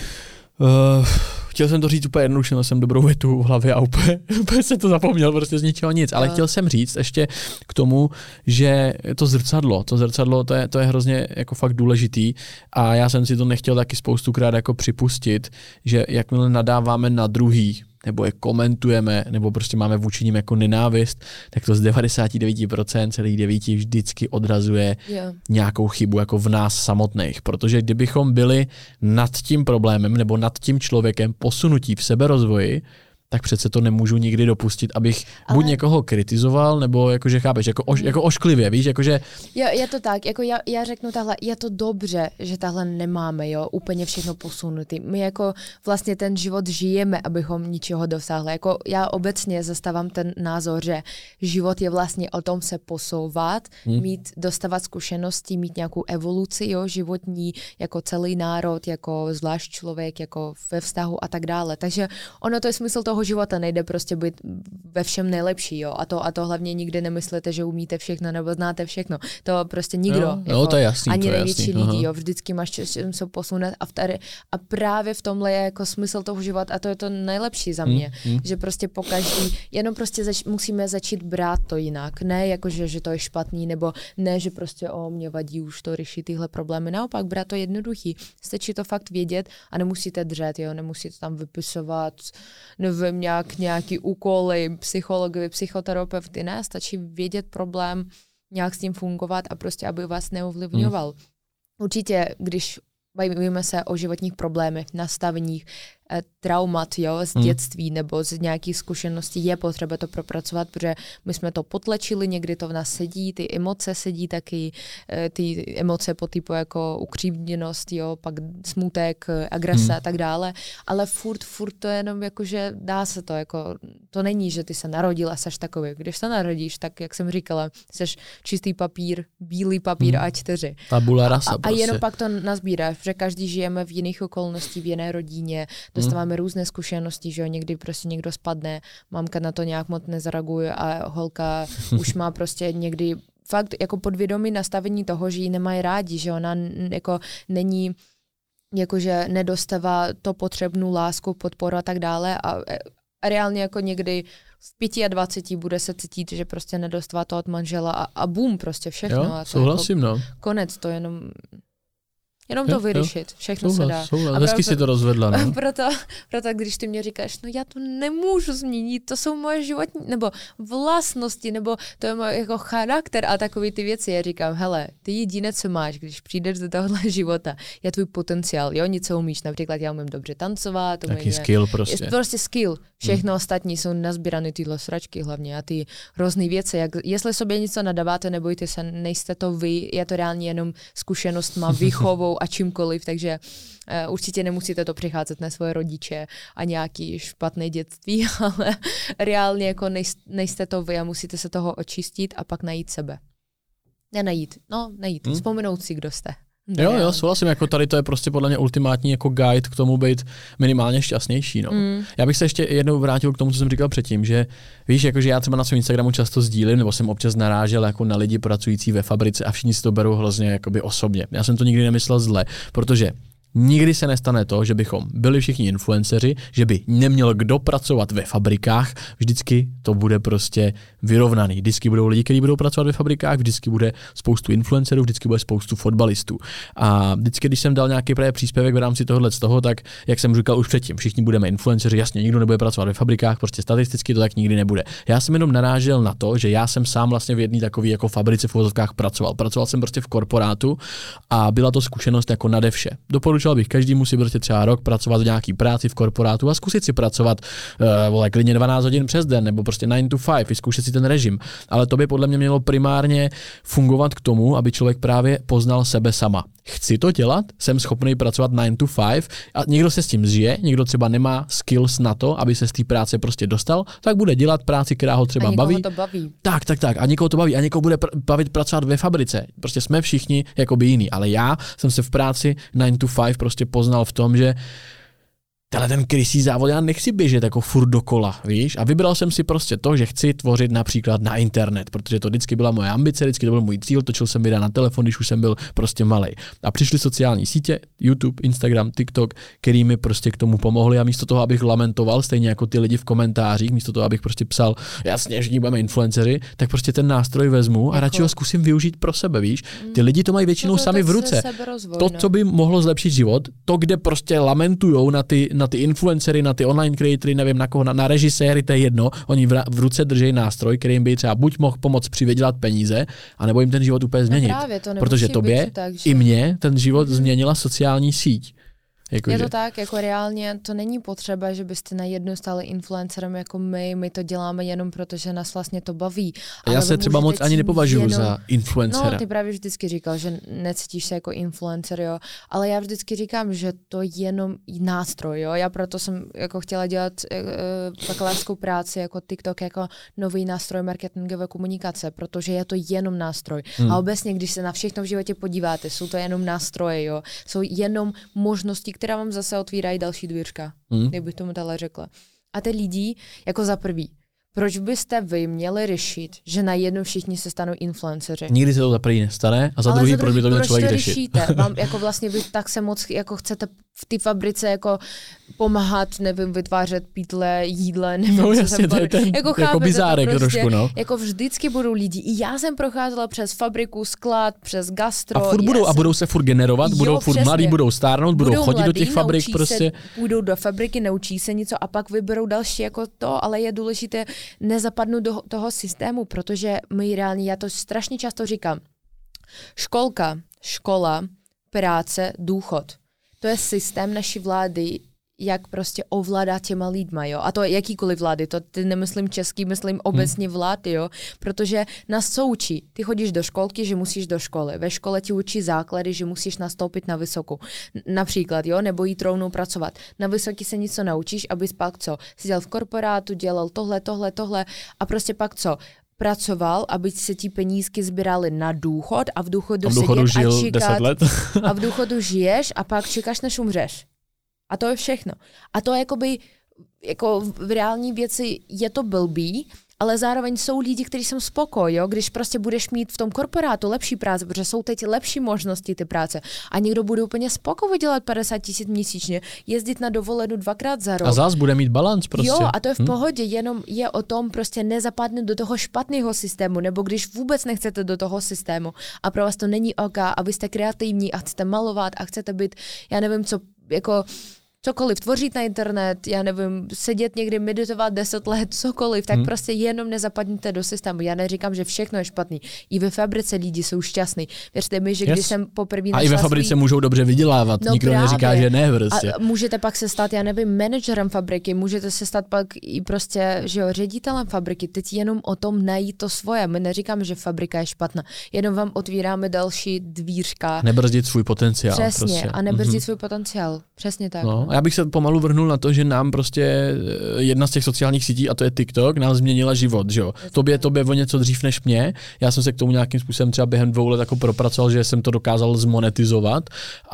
uh, chtěl jsem to říct úplně jednoduše, měl jsem dobrou větu v hlavě a úplně, úplně jsem to zapomněl prostě z ničeho nic, ale no. chtěl jsem říct ještě k tomu, že to zrcadlo, to zrcadlo, to je, to je hrozně jako fakt důležitý a já jsem si to nechtěl taky spoustukrát jako připustit, že jakmile nadáváme na druhý, nebo je komentujeme, nebo prostě máme vůči nim jako nenávist, tak to z devadesát devět procent celých devíti vždycky odrazuje yeah. nějakou chybu jako v nás samotných. Protože kdybychom byli nad tím problémem nebo nad tím člověkem posunutí v seberozvoji, tak přece to nemůžu nikdy dopustit, abych ale... buď někoho kritizoval, nebo jakože chápeš, jako, oš, jako ošklivě, víš, jakože... Jo, je to tak, jako já, já řeknu tahle, je to dobře, že tahle nemáme, jo, úplně všechno posunutý. My jako vlastně ten život žijeme, abychom ničeho dosáhli. Jako já obecně zastávám ten názor, že život je vlastně o tom se posouvat, hmm. mít, dostávat zkušenosti, mít nějakou evoluci, jo, životní, jako celý národ, jako zvlášť člověk, jako ve vztahu a tak dále. Takže ono to je smysl toho života, nejde prostě být ve všem nejlepší, jo, a to, a to hlavně nikdy nemyslíte, že umíte všechno nebo znáte všechno, to prostě nikdo, jo, jako, jo, to je jasný, ani to je největší jasný. lidi, Aha. jo, vždycky máš čem se posunout a, vtary, a právě v tomhle je jako smysl toho života a to je to nejlepší za mě, hmm, hmm. že prostě pokaždý, jenom prostě zač, musíme začít brát to jinak, ne jako, že, že to je špatný, nebo ne, že prostě o, mě vadí už to řešit tyhle problémy, naopak brát to jednoduchý, stačí to fakt vědět a nemusíte dřet, jo, nemusíte tam vypisovat, nevím, nějak, nějaký úkoly, psychologovi, psychoterapeuty, ne, stačí vědět problém, nějak s tím fungovat a prostě, aby vás neovlivňoval. Hmm. Určitě, když bavíme se o životních problémech, nastaveních, traumat, jo, z dětství hmm. nebo z nějakých zkušeností, je potřeba to propracovat, protože my jsme to potlačili, někdy to v nás sedí, ty emoce sedí taky, ty emoce po typu jako ukřivděnost, jo, pak smutek, agrese hmm. a tak dále, ale furt, furt to je jenom jako, že dá se to, jako, to není, že ty se narodil a seš takový. Když se narodíš, tak jak jsem říkala, seš čistý papír, bílý papír hmm. A čtyři. Tabula rasa a, a prostě. jenom pak to nazbíráš, protože každý žijeme v jiných okolností, v jiné rodině, dostáváme hmm. různé zkušenosti, že jo, někdy prostě někdo spadne, mamka na to nějak moc nezareaguje a holka už má prostě někdy fakt jako podvědomí nastavení toho, že ji nemají rádi, že ona jako není, jakože nedostává to potřebnou lásku, podporu a tak dále a, a reálně jako někdy v dvaceti pěti bude se cítit, že prostě nedostává to od manžela a, a boom, prostě všechno. Jo, a to souhlasím, jako no. Konec, to jenom... Jenom to vyřešit, všechno souhlas, se dá. Souhlas. Hezky si to rozvedla, no. Proto, proto, když ty mě říkáš, no já to nemůžu změnit, to jsou moje životní, nebo vlastnosti, nebo to je můj jako charakter a takový ty věci. Já říkám, hele, ty jediné, co máš, když přijdeš do tohohle života, je tvůj potenciál, jo, něco umíš, například já umím dobře tancovat. Taký skill prostě. Je prostě skill. Všechno hmm. ostatní jsou nazbírané tyhle sračky hlavně a ty různé věci. Jak, jestli sobě něco nadáváte, nebojte se, nejste to vy, je to reálně jenom zkušenost má výchovou a čímkoliv, takže uh, určitě nemusíte to přicházet na svoje rodiče a nějaký špatné dětství, ale reálně jako nejste, nejste to vy a musíte se toho očistit a pak najít sebe. Ne najít, no najít, hmm. vzpomenout si, kdo jste. Jo, jo, souhlasím, jako tady to je prostě podle mě ultimátní jako guide k tomu být minimálně šťastnější, no. Mm. Já bych se ještě jednou vrátil k tomu, co jsem říkal předtím, že víš, jakože já třeba na svém Instagramu často sdílím, nebo jsem občas narážel jako na lidi pracující ve fabrice a všichni si to berou hrozně jakoby osobně. Já jsem to nikdy nemyslel zle, protože nikdy se nestane to, že bychom byli všichni influenceři, že by neměl kdo pracovat ve fabrikách, vždycky to bude prostě vyrovnaný. Vždycky budou lidi, kteří budou pracovat ve fabrikách, vždycky bude spoustu influencerů, vždycky bude spoustu fotbalistů. A vždycky, když jsem dal nějaký právě příspěvek v rámci tohohle z toho, tak jak jsem říkal už předtím, všichni budeme influenceři, jasně, nikdo nebude pracovat ve fabrikách, prostě statisticky to tak nikdy nebude. Já jsem jenom narážel na to, že já jsem sám vlastně v jedné takové jako fabrice v uvozovkách pracoval. Pracoval jsem prostě v korporátu a byla to zkušenost jako nade vše. Doporučuji doporučoval bych každému si prostě třeba rok pracovat v nějaký práci v korporátu a zkusit si pracovat uh, vole, klidně dvanáct hodin přes den, nebo prostě nine to five, vyzkoušet si ten režim. Ale to by podle mě mělo primárně fungovat k tomu, aby člověk právě poznal sebe sama. Chci to dělat, jsem schopný pracovat nine to five a někdo se s tím zžije, někdo třeba nemá skills na to, aby se z té práce prostě dostal, tak bude dělat práci, která ho třeba a baví. to baví. Tak, tak, tak. A někoho to baví a někoho bude pr- bavit pracovat ve fabrice. Prostě jsme všichni jakoby jiný, ale já jsem se v práci nine to five prostě poznal v tom, že ale ten krysí závod, já nechci běžet jako furt dokola, víš? A vybral jsem si prostě to, že chci tvořit například na internet, protože to vždycky byla moje ambice, vždycky to byl můj cíl, točil jsem videa na telefon, když už jsem byl prostě malej. A přišly sociální sítě, YouTube, Instagram, TikTok, který mi prostě k tomu pomohli a místo toho, abych lamentoval, stejně jako ty lidi v komentářích, místo toho, abych prostě psal, jasně, že budeme influenceři, tak prostě ten nástroj vezmu a jako... radši ho zkusím využít pro sebe, víš? Ty lidi to mají většinou no to sami v ruce. To, co by mohlo zlepšit život, to, kde prostě lamentujou na ty na ty influencery, na ty online creatory, nevím na koho, na, na režiséry, to je jedno, oni v, v ruce drží nástroj, který jim by třeba buď mohl pomoct přivydělat peníze, anebo jim ten život úplně změnit. No právě, to protože tobě tak, že... i mě ten život mm. změnila sociální síť. Jako je že... to tak, jako reálně to není potřeba, že byste najednou stali influencerem jako my, my to děláme jenom proto, že nás vlastně to baví. Já se třeba moc ani nepovažuji jenom... za influencera. No, ty právě vždycky říkal, že necítíš se jako influencer, jo, ale já vždycky říkám, že to je jenom nástroj, jo, já proto jsem jako chtěla dělat uh, bakalářskou práci jako TikTok jako nový nástroj marketingové komunikace, protože je to jenom nástroj. Hmm. A obecně, když se na všechno v životě podíváte, jsou to jenom nástroje, jo, jsou jenom možnosti, která vám zase otvírají další dvířka, mm. kdybych tomu takhle řekla. A ty lidi, jako za prvý, proč byste vy měli řešit, že najednou všichni se stanou influenceři? Nikdy se to za prvý nestane a za ale druhý, za druhý proč by to měl proč člověk to řešit? Řešíte? Vám jako vlastně vy tak se moc jako chcete v té fabrice jako pomáhat, nevím, vytvářet pítle, jídle, nevím, no, co jasně, jsem to je ten jako, jako bizárek prostě, trošku, no. Jako vždycky budou lidi. I já jsem procházela přes fabriku, sklad, přes gastro. A furt budou, jsem... a budou se furt generovat, jo, budou furt přesně. mladí, budou stárnout, budou, budou chodit mladý, do těch fabrik prostě. Se, půjdou do fabriky, naučí se něco a pak vyberou další jako to, ale je důležité nezapadnout do toho systému, protože my reálně, já to strašně často říkám, školka, škola, práce, důchod. To je systém naší vlády, jak prostě ovládat těma lidma, jo. A to jakýkoliv vlády, to ty nemyslím český, myslím obecně vlády, jo. Protože nás co učí? Ty chodíš do školky, že musíš do školy. Ve škole ti učí základy, že musíš nastoupit na vysokou. Například, jo, nebo jít rovnou pracovat. Na vysoký se něco naučíš, abys pak co? Seděl v korporátu, dělal tohle, tohle, tohle a prostě pak co? Pracoval, aby se ti penízky sbíraly na důchod a v důchodu, a v důchodu sedět žil a čekat. deset let. A v důchodu žiješ a pak čekáš, než umřeš. A to je všechno. A to jakoby, jako v reální věci je to blbý, ale zároveň jsou lidi, kteří jsou spokoj, jo? Když prostě budeš mít v tom korporátu lepší práce, protože jsou teď lepší možnosti ty práce a někdo bude úplně spokojený dělat padesát tisíc měsíčně, jezdit na dovolenou dvakrát za rok. A zás bude mít balanc prostě. Jo, a to je v pohodě, hm? jenom je o tom prostě nezapadnout do toho špatného systému, nebo když vůbec nechcete do toho systému a pro vás to není OK a vy jste kreativní a chcete malovat a chcete být, já nevím co, jako cokoliv, tvořit na internet, já nevím, sedět někdy, meditovat deset let, cokoliv, tak hmm. prostě jenom nezapadněte do systému. Já neříkám, že všechno je špatný. I ve fabrice lidi jsou šťastní. Věřte mi, že yes. když jsem poprvé a i ve fabrice svý... můžou dobře vydělávat, no nikdo právě. Neříká, že ne prostě. A můžete pak se stát, já nevím, manažerem fabriky, můžete se stát pak i prostě, že jo, ředitelem fabriky. Teď jenom o tom najít to svoje. My neříkáme, že fabrika je špatná. Jenom vám otvíráme další dvířka. Nebrzdit svůj potenciál. Přesně, prostě. a nebrzdit mm-hmm. svůj potenciál. Přesně tak. No. Já bych se pomalu vrhnul na to, že nám prostě jedna z těch sociálních sítí, a to je TikTok, nám změnila život, že jo. Tobě, tobě o něco dřív než mě. Já jsem se k tomu nějakým způsobem třeba během dvou let jako propracoval, že jsem to dokázal zmonetizovat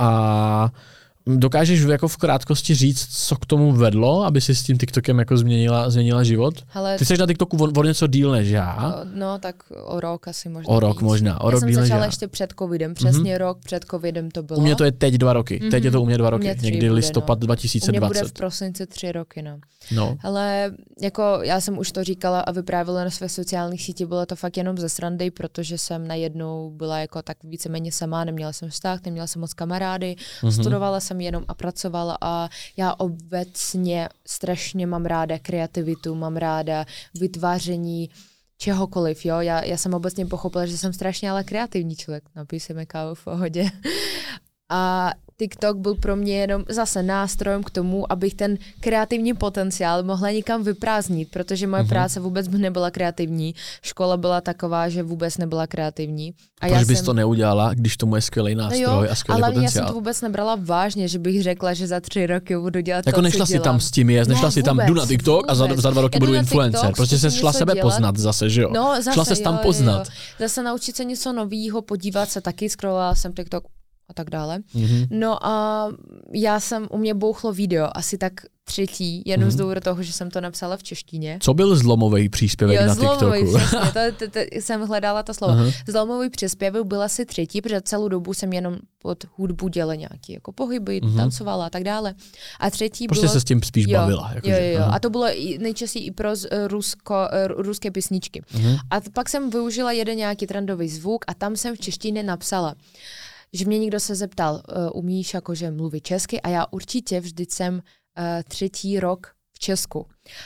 a dokážeš jako v krátkosti říct, co k tomu vedlo, aby si s tím TikTokem jako změnila, změnila život? Hele, ty jsi na TikToku o, o něco díl než já? No, tak o rok asi možná. O rok víc. možná, o já rok díl než já. Já jsem začala ještě před covidem, přesně mm-hmm. rok před covidem to bylo. U mě to je teď dva roky, mm-hmm. teď je to u mě dva roky, mě někdy bude, listopad no. dva tisíce dvacet. U mě bude v prosinci tři roky, no. no. Ale jako já jsem už to říkala a vyprávěla na své sociálních sítích, bylo to fakt jenom ze srandy, protože jsem najednou byla jako tak víceméně sama, neměla jsem vztah, neměla jsem moc kamarády, mm-hmm. studovala jsem jenom a pracovala a já obecně strašně mám ráda kreativitu, mám ráda vytváření čehokoliv, jo. Já, já jsem obecně pochopila, že jsem strašně ale kreativní člověk. Napij si mi kávu v pohodě. A TikTok byl pro mě jenom zase nástrojem k tomu, abych ten kreativní potenciál mohla někam vyprázdnit, protože moje mm-hmm. práce vůbec nebyla kreativní, škola byla taková, že vůbec nebyla kreativní. A Proč já bys jsem... to neudělala, když tomu je skvělý nástroj no jo, a skvělý ale potenciál? Ale já jsem to vůbec nebrala vážně, že bych řekla, že za tři roky budu dělat jako to, nešla co si dělám. tam s tím jest, nešla ne, si tam, vůbec, jdu na TikTok vůbec. a za, za dva roky budu influencer. TikTok, prostě se šla sebe dělat. poznat zase, že jo? No, zase, šla se tam jo, poznat. Jo. Zase naučit se něco nového, podívat se, taky scrollovala jsem TikTok a tak dále. Mm-hmm. No a já jsem, u mě bouchlo video, asi tak třetí, jenom mm-hmm. z důvodu toho, že jsem to napsala v češtině. Co byl zlomový příspěvek jo, na zlomový, TikToku? Přesně, to, to, to, jsem hledala to slovo. Uh-huh. Zlomový příspěvek byl asi třetí, protože celou dobu jsem jenom pod hudbu dělala nějaký jako pohyby, uh-huh. tancovala a tak dále. A třetí prostě bylo... se s tím spíš jo, bavila. Jako jo, že, jo, a to bylo nejčastěji i pro rusko, ruské písničky. Uh-huh. A pak jsem využila jeden nějaký trendový zvuk a tam jsem v češtině napsala, že mě někdo se zeptal, uh, umíš jakože mluvit česky a já určitě vždy jsem uh, třetí rok v Česku.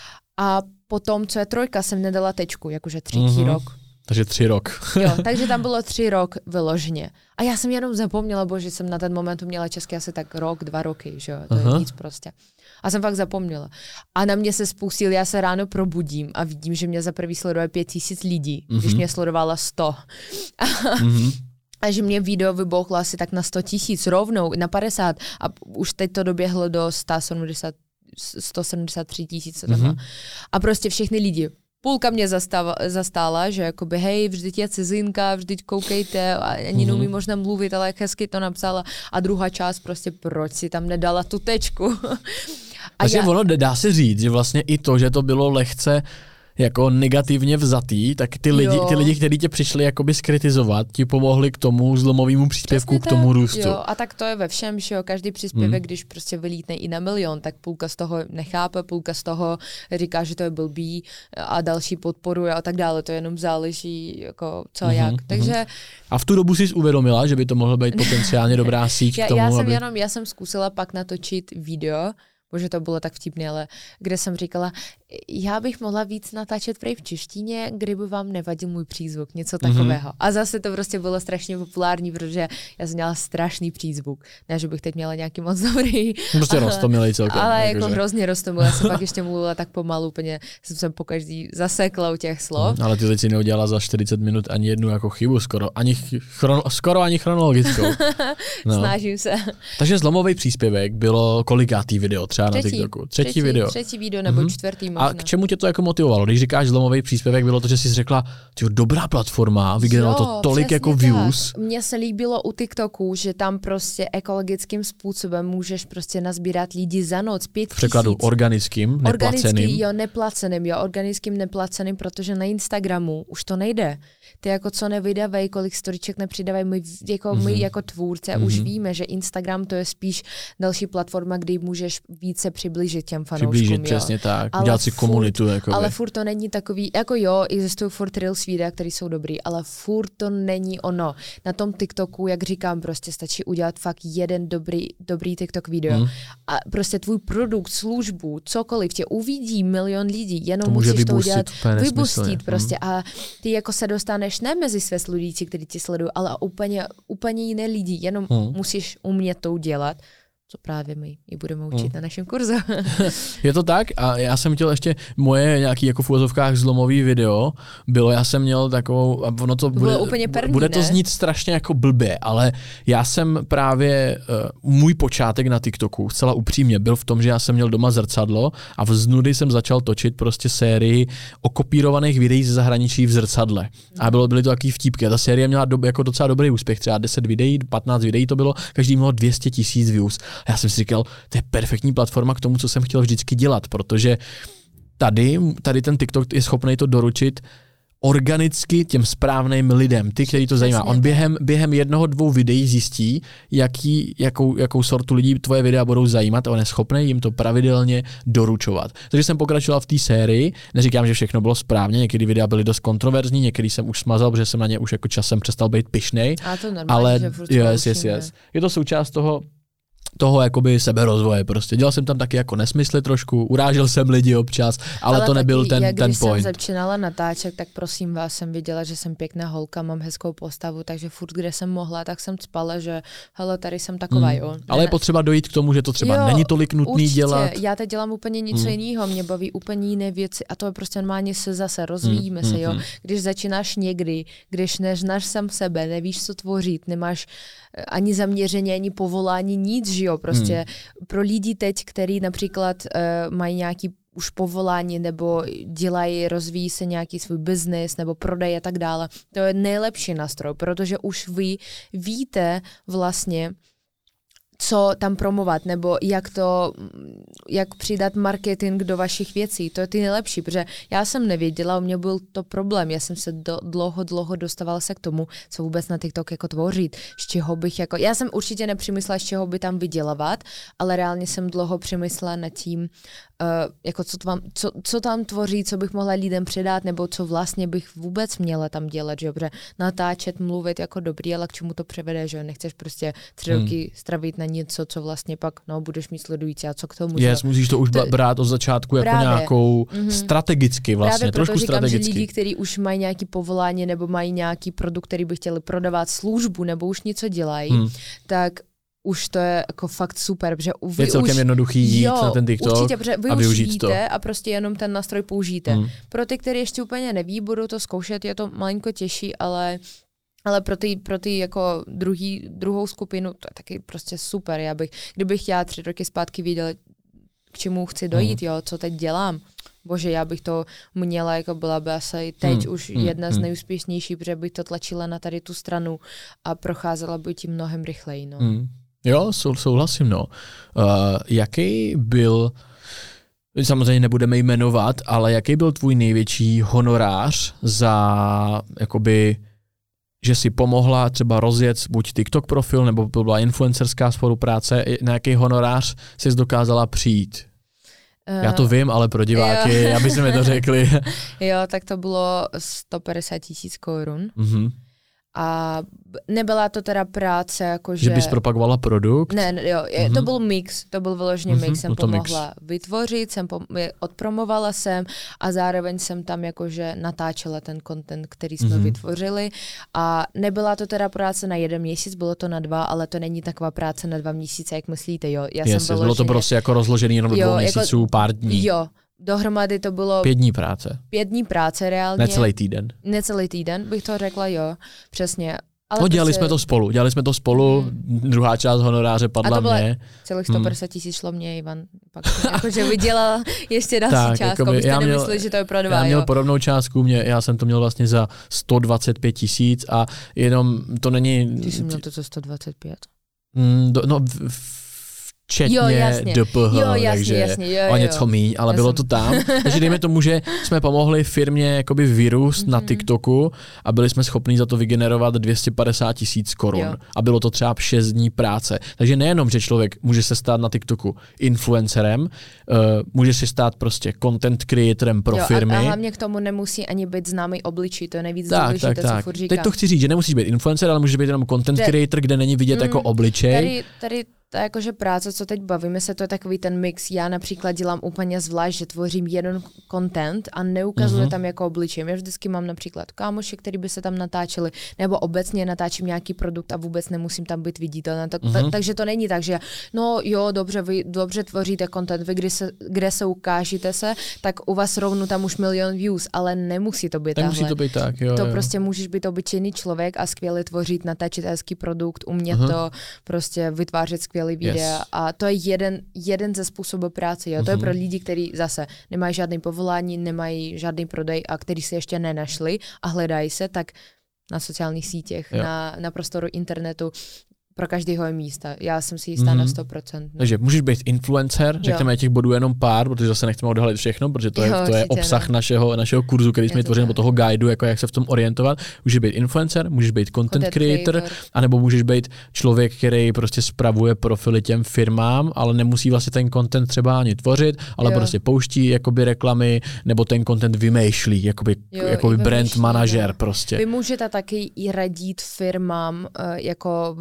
A potom, co je trojka, jsem nedala tečku, jakože třetí mm-hmm. rok. Takže tři rok. Jo, takže tam bylo tři rok vyloženě. A já jsem jenom zapomněla, bože, jsem na ten moment měla česky asi tak rok, dva roky, že jo, to Aha. je nic prostě. A jsem fakt zapomněla. A na mě se spustil, já se ráno probudím a vidím, že mě za prvý sleduje pět tisíc lidí, mm-hmm. když mě sledovala sto. Mm-hmm. A že mě video vybouchlo asi tak na sto tisíc rovnou, na padesát a už teď to doběhlo do sto sedmdesát, sto sedmdesát tři tisíc. Mm-hmm. A prostě všechny lidi. Půlka mě zastava, zastála, že jakoby hej, vždyť je cizinka, vždyť koukejte, a ani mm-hmm. neumí možná mluvit, ale jak hezky to napsala. A druhá část prostě, proč si tam nedala tu tečku. Takže já... ono dá se říct, že vlastně i to, že to bylo lehce jako negativně vzatý, tak ty lidi, ty lidi, kteří tě přišli jakoby skritizovat, ti pomohli k tomu zlomovému příspěvku, k tomu růstu. Jo, a tak to je ve všem, že jo, každý příspěvek, hmm. když prostě vylítne i na milion, tak půlka z toho nechápe, půlka z toho říká, že to je blbý a další podporuje a tak dále, to jenom záleží jako co hmm. jak. Takže... A v tu dobu jsi uvědomila, že by to mohlo být potenciálně dobrá síť já, k tomu, já jsem aby... jenom, já jsem zkusila pak natočit video, bože, to bylo tak vtipné, ale kde jsem říkala, já bych mohla víc natáčet prej v češtině, kdyby vám nevadil můj přízvuk, něco takového. Mm-hmm. A zase to prostě bylo strašně populární, protože já jsem měla strašný přízvuk. Ne, že bych teď měla nějaký moc dobrý. Prostě roztomilej celkem. Ale jako, jako hrozně roztomilej. Já jsem pak ještě mluvila tak pomalu, úplně jsem se pokaždý zasekla u těch slov. Ale ty teď si neudělala za čtyřicet minut ani jednu jako chybu, skoro ani, chrono, skoro ani chronologickou. No. Snažím se. Takže zlomový příspěvek bylo kolikátý video třeba třetí, na TikToku? Třetí, třetí video. Třetí video nebo mm-hmm. čtvrtý možná. A k čemu tě to jako motivovalo? Když říkáš zlomový příspěvek, bylo to, že jsi řekla, tyjo, dobrá platforma, vygenerovalo to tolik jako views. Tak. Mně se líbilo u TikToku, že tam prostě ekologickým způsobem můžeš prostě nazbírat lidi za noc, pět tisíc. V překladu organickým, neplaceným. Organický, jo, neplaceným, jo, organickým, neplaceným, protože na Instagramu už to nejde. Ty jako co nevydávají, kolik storyček nepřidávají, my jako, mm-hmm. my jako tvůrce mm-hmm. už víme, že Instagram to je spíš další platforma, kde můžeš více přiblížit těm fanouškům. Přiblížit, jo. přesně tak, ale udělat si furt, komunitu. Jako ale furt to není takový, jako jo, existují furt reels videa, které jsou dobrý, ale furt to není ono. Na tom TikToku, jak říkám, prostě stačí udělat fakt jeden dobrý, dobrý TikTok video mm. a prostě tvůj produkt, službu, cokoliv tě uvidí milion lidí, jenom to musíš to udělat, vybustit prostě mm. a ty jako se dostaneš ne mezi své sledující, kteří ti sledují, ale úplně, úplně jiné lidi, jenom mm. musíš umět to udělat. Co právě my i budeme učit hmm. na našem kurzu. Je to tak a já jsem chtěl ještě moje nějaký jako v uvozovkách zlomový video bylo, já jsem měl takovou, a ono to bude, úplně první, bude to ne? znít strašně jako blbě, ale já jsem právě, uh, můj počátek na TikToku, zcela upřímně, byl v tom, že já jsem měl doma zrcadlo a v znudy jsem začal točit prostě sérii o kopírovaných videí ze zahraničí v zrcadle. Hmm. A bylo, byly to takový vtípky. A ta série měla do, jako docela dobrý úspěch, třeba deset videí, patnáct videí to bylo, každý mělo dvě stě tisíc views. A já jsem si říkal, to je perfektní platforma k tomu, co jsem chtěl vždycky dělat, protože tady, tady ten TikTok je schopný to doručit organicky těm správným lidem, ty, který to zajímá. On během, během jednoho, dvou videí zjistí, jaký, jakou, jakou sortu lidí tvoje videa budou zajímat a on je schopný jim to pravidelně doručovat. Takže jsem pokračoval v té sérii, neříkám, že všechno bylo správně, některé videa byly dost kontroverzní, některý jsem už smazal, protože jsem na ně už jako časem přestal být pyšnej. A to normálně, ale že furt yes, yes, yes. Je to součást toho toho jakoby seberozvoje prostě. Dělal jsem tam taky jako nesmysly trošku, urážel jsem lidi občas, ale, ale to nebyl ten, jak ten když point. Když jsem začínala natáčet, tak prosím vás, jsem viděla, že jsem pěkná holka, mám hezkou postavu, takže furt, kde jsem mohla, tak jsem spala, že hele, tady jsem taková, hmm. jo. Ale je potřeba dojít k tomu, že to třeba jo, není tolik nutný určitě. dělat. Já teď dělám úplně něco hmm. jiného, mě baví úplně jiné věci a to je prostě normálně se zase rozvíjíme hmm. se, jo. Když začínáš někdy, když neznáš sám sebe, nevíš, co tvořit, nemáš ani zaměření, ani povolání, nic, že jo, prostě hmm. pro lidi teď, který například uh, mají nějaký už povolání nebo dělají, rozvíjí se nějaký svůj biznis nebo prodej a tak dále. To je nejlepší nástroj, protože už vy víte vlastně, co tam promovat, nebo jak to, jak přidat marketing do vašich věcí. To je ty nejlepší, protože já jsem nevěděla, u mě byl to problém. Já jsem se do, dlouho, dlouho dostávala se k tomu, co vůbec na TikTok jako tvořit, z čeho bych jako, já jsem určitě nepřemyslela, z čeho by tam vydělávat, ale reálně jsem dlouho přemyslela nad tím, uh, jako co, tvam, co, co tam tvoří, co bych mohla lidem předat, nebo co vlastně bych vůbec měla tam dělat, že jo, protože natáčet, mluvit jako dobrý, ale k čemu to převede, že jo, nechceš prostě tři hmm. roky stravit na něco, co vlastně pak, no, budeš mít sledující a co k tomu. Yes, musíš to už to, brát od začátku jako právě, nějakou mm-hmm. strategicky vlastně, právě trošku proto strategicky. Říkám, že lidi, kteří už mají nějaký povolání nebo mají nějaký produkt, který by chtěli prodávat, službu nebo už něco dělají, hmm. tak už to je jako fakt super, protože vy je celkem už, jednoduchý jít jo, na ten TikTok určitě, protože vy a už využít víte to. A prostě jenom ten nástroj použijte. Hmm. Pro ty, kteří ještě úplně neví, budou to zkoušet, je to malinko těžší, ale ale pro ty, pro ty jako druhý, druhou skupinu to je taky prostě super. Já bych, kdybych já tři roky zpátky věděla, k čemu chci dojít, hmm. jo, co teď dělám. Bože, já bych to měla, jako byla by asi teď hmm. už hmm. jedna z nejúspěšnějších, protože bych to tlačila na tady tu stranu a procházela by tím mnohem rychleji. No. Hmm. Jo, sou, souhlasím, no. Uh, jaký byl, samozřejmě nebudeme jmenovat, ale jaký byl tvůj největší honorář za, jakoby, že si pomohla třeba rozjet buď TikTok profil, nebo to byla influencerská spolupráce, na jaký honorář jsi dokázala přijít? Uh, Já to vím, ale pro diváky, jo. aby si mi to řekli. Jo, tak to bylo sto padesát tisíc korun. Mm-hmm. A nebyla to teda práce, jakože... Že bys propagovala produkt? Ne, ne jo, je, mm-hmm. to byl mix, to byl vyloženě mm-hmm, mix, jsem pomohla mix. vytvořit, jsem pom- odpromovala jsem a zároveň jsem tam jakože natáčela ten content, který jsme mm-hmm. vytvořili a nebyla to teda práce na jeden měsíc, bylo to na dva, ale to není taková práce na dva měsíce, jak myslíte, jo. Já yes, jsem bylo to prostě jako rozložený jenom do dvou měsíců, jako, pár dní. Jo. Dohromady to bylo... Pět dní práce. Pět dní práce reálně. Necelý týden. Necelý týden, bych to řekla, jo, přesně. Ale no dělali prostě... jsme to spolu, dělali jsme to spolu, mm. druhá část honoráře padla mě. Celých sto padesát tisíc šlo mě, Ivan, pak jakože vydělal ještě další tak, částku, jako byste nemysleli, že to je pro dva, Já měl jo. podobnou částku, mě, já jsem to měl vlastně za sto dvacet pět tisíc a jenom to není... Ty jsi měl to za sto dvacet pět? Mm, do, no, v, včetně jo, jasně. D P H, jo, jasně, takže jasně, jo, o něco míň, ale já bylo jsem... to tam. Takže dejme tomu, že jsme pomohli firmě jakoby vyrůst mm-hmm. na TikToku a byli jsme schopni za to vygenerovat dvě stě padesát tisíc korun. Jo. A bylo to třeba šest dní práce. Takže nejenom, že člověk může se stát na TikToku influencerem, uh, může se stát prostě content creatorem pro jo, firmy. A, a hlavně k tomu nemusí ani být známý obličej, to je nejvíc tak, důležité, tak, co tak. furt říkám. Teď to chci říct, že nemusíš být influencer, ale může být jenom content Tady, creator, kde není vidět mm, jako obličej. Tady, tady ta jakože práce, co teď bavíme se, to je takový ten mix. Já například dělám úplně zvlášť, že tvořím jeden content a neukazuju uh-huh. tam jako obličej. Já vždycky mám například kámoši, který by se tam natáčeli, nebo obecně natáčím nějaký produkt a vůbec nemusím tam být viditelná. Tak, uh-huh. takže to není tak, že no jo, dobře, vy dobře tvoříte content, vy kdy se, kde se ukážete se, tak u vás rovnou tam už milion views, ale nemusí to být nemusí to být tak, jo, To jo. prostě můžeš být obyčejný člověk a skvěle tvořit, natáčet hezký produkt, umět uh-huh. to prostě vytvářet skvělý video yes. a to je jeden, jeden ze způsobů práce. Jo? Uh-huh. To je pro lidi, kteří zase nemají žádný povolání, nemají žádný prodej a kteří se ještě nenašli a hledají se, tak na sociálních sítích, na, na prostoru internetu pro každého je místa. Já jsem si jistá mm. na sto procent. No. Takže můžeš být influencer, řekneme těch bodů jenom pár, protože zase nechceme odhalit všechno, protože to je, jo, to je obsah našeho, našeho kurzu, který jsme tvořili, nebo toho guideu, jako jak se v tom orientovat. Můžeš být influencer, můžeš být content, content creator, creator, anebo můžeš být člověk, který prostě spravuje profily těm firmám, ale nemusí vlastně ten content třeba ani tvořit, ale jo. prostě pouští jakoby reklamy, nebo ten content vymýšlí, jakoby, jo, jakoby brand manažer prostě. Vy můžete taky i radit firmám, jako vy můžete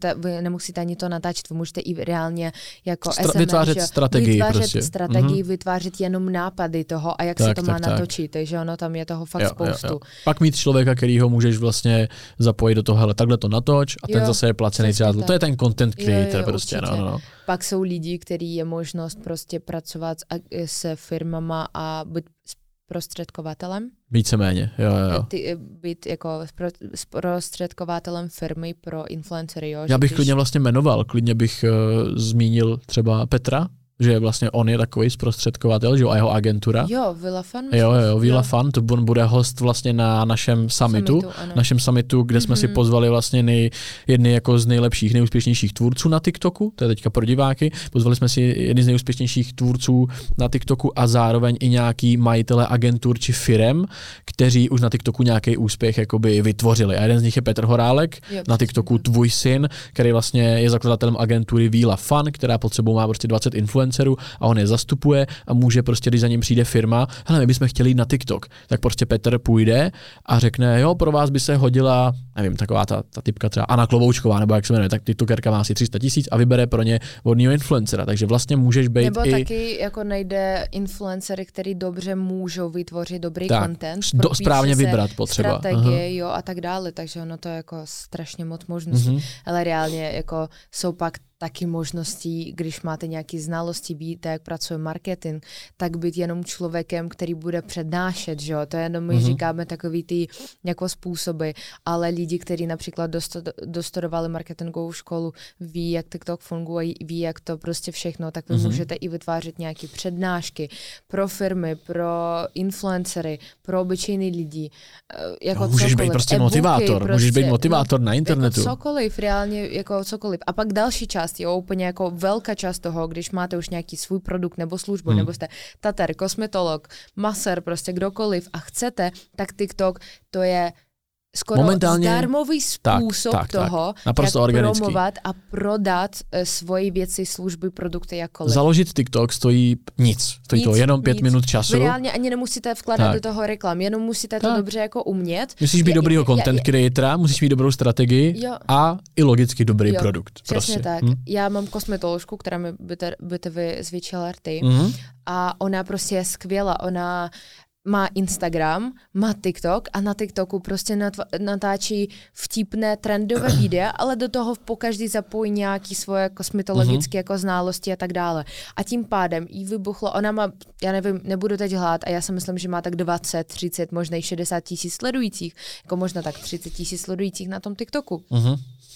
můžete, vy nemusíte ani to natáčet, vy můžete i reálně jako Stra- es em es, vytvářet strategii vytvářet prostě. strategii, mm-hmm. vytvářet jenom nápady toho a jak tak, se to má tak, tak. natočit, takže ono tam je toho fakt jo, spoustu. Jo, jo. Pak mít člověka, kterýho můžeš vlastně zapojit do toho, hele, takhle to natoč a ten jo, zase je placený třeba. To je ten content creator jo, jo, prostě. No, no. Pak jsou lidi, kteří je možnost prostě pracovat s firmama a být prostředkovatelem. Víceméně, jo, jo. Ty, být jako prostředkovatelem firmy pro influencery, jo. Já bych když... klidně vlastně jmenoval, klidně bych uh, zmínil třeba Petra, že vlastně on je takový zprostředkovatel, že jo, a jeho agentura. Jo, Villa Fun. Jo, jo, Villa Fun, to on bude host vlastně na našem summitu, summitu našem summitu, kde jsme mm-hmm. si pozvali vlastně nej, jedny jako z nejlepších, nejúspěšnějších tvůrců na TikToku, to je teďka pro diváky, pozvali jsme si jedny z nejúspěšnějších tvůrců na TikToku a zároveň i nějaký majitele agentur či firem, kteří už na TikToku nějaký úspěch jakoby vytvořili. A jeden z nich je Petr Horálek, jo, na TikToku Tvůj syn, který vlastně je zakladatelem agentury Villa Fun, která pod sebou má prostě dvacet influencerů a on je zastupuje a může prostě, když za ním přijde firma, hele, my bychom chtěli jít na TikTok, tak prostě Petr půjde a řekne, jo, pro vás by se hodila, nevím, taková ta, ta typka třeba Anna Klovoučková, nebo jak se jmenuje, tak TikTokerka má asi tři sta tisíc a vybere pro ně vodního influencera, takže vlastně můžeš být nebo i... Nebo taky jako najde influencery, který dobře můžou vytvořit dobrý tak, content, do, správně vybrat potřeba. Strategie, aha. Jo, a tak dále, takže ono to je jako strašně moc možností, mm-hmm. ale reálně jako jsou pak taky možností, když máte nějaké znalosti, víte, jak pracuje marketing, tak být jenom člověkem, který bude přednášet, že jo, to je jenom my mm-hmm. říkáme takový ty jako způsoby, ale lidi, kteří například dostudovali marketingovou školu, ví, jak TikTok funguje, ví, jak to prostě všechno, tak vy mm-hmm. můžete i vytvářet nějaké přednášky pro firmy, pro influencery, pro obyčejný lidi. Jako no, můžeš být prostě motivátor, prostě, můžeš být motivátor no, na internetu. Jako cokoliv, reálně jako cokoliv. A pak další část je úplně jako velká část toho, když máte už nějaký svůj produkt nebo službu, hmm. nebo jste tater, kosmetolog, masér, prostě kdokoliv a chcete, tak TikTok to je skoro momentálně zdarmový způsob tak, tak, toho, tak. jak organický. promovat a prodat uh, svoje věci, služby, produkty jakkoliv. Založit TikTok stojí nic. Stojí nic, to jenom pět nic. minut času. Vy reálně ani nemusíte vkládat tak. do toho reklam, jenom musíte tak. to dobře jako umět. Musíš být dobrýho content creatora, musíš mít dobrou strategii jo. a i logicky dobrý jo. produkt. Přesně prostě. tak. Hm? Já mám kosmetoložku, která mi by te zvětšila rty mm-hmm. a ona prostě je skvělá. Ona má Instagram, má TikTok a na TikToku prostě natv- natáčí vtipné trendové videa, ale do toho pokaždý zapojí nějaký svoje kosmetologické uh-huh. jako znalosti a tak dále. A tím pádem jí vybuchlo, ona má, já nevím, nebudu teď hlát a já si myslím, že má tak dvacet, třicet, možná i šedesát tisíc sledujících, jako možná tak třicet tisíc sledujících na tom TikToku. Uh-huh.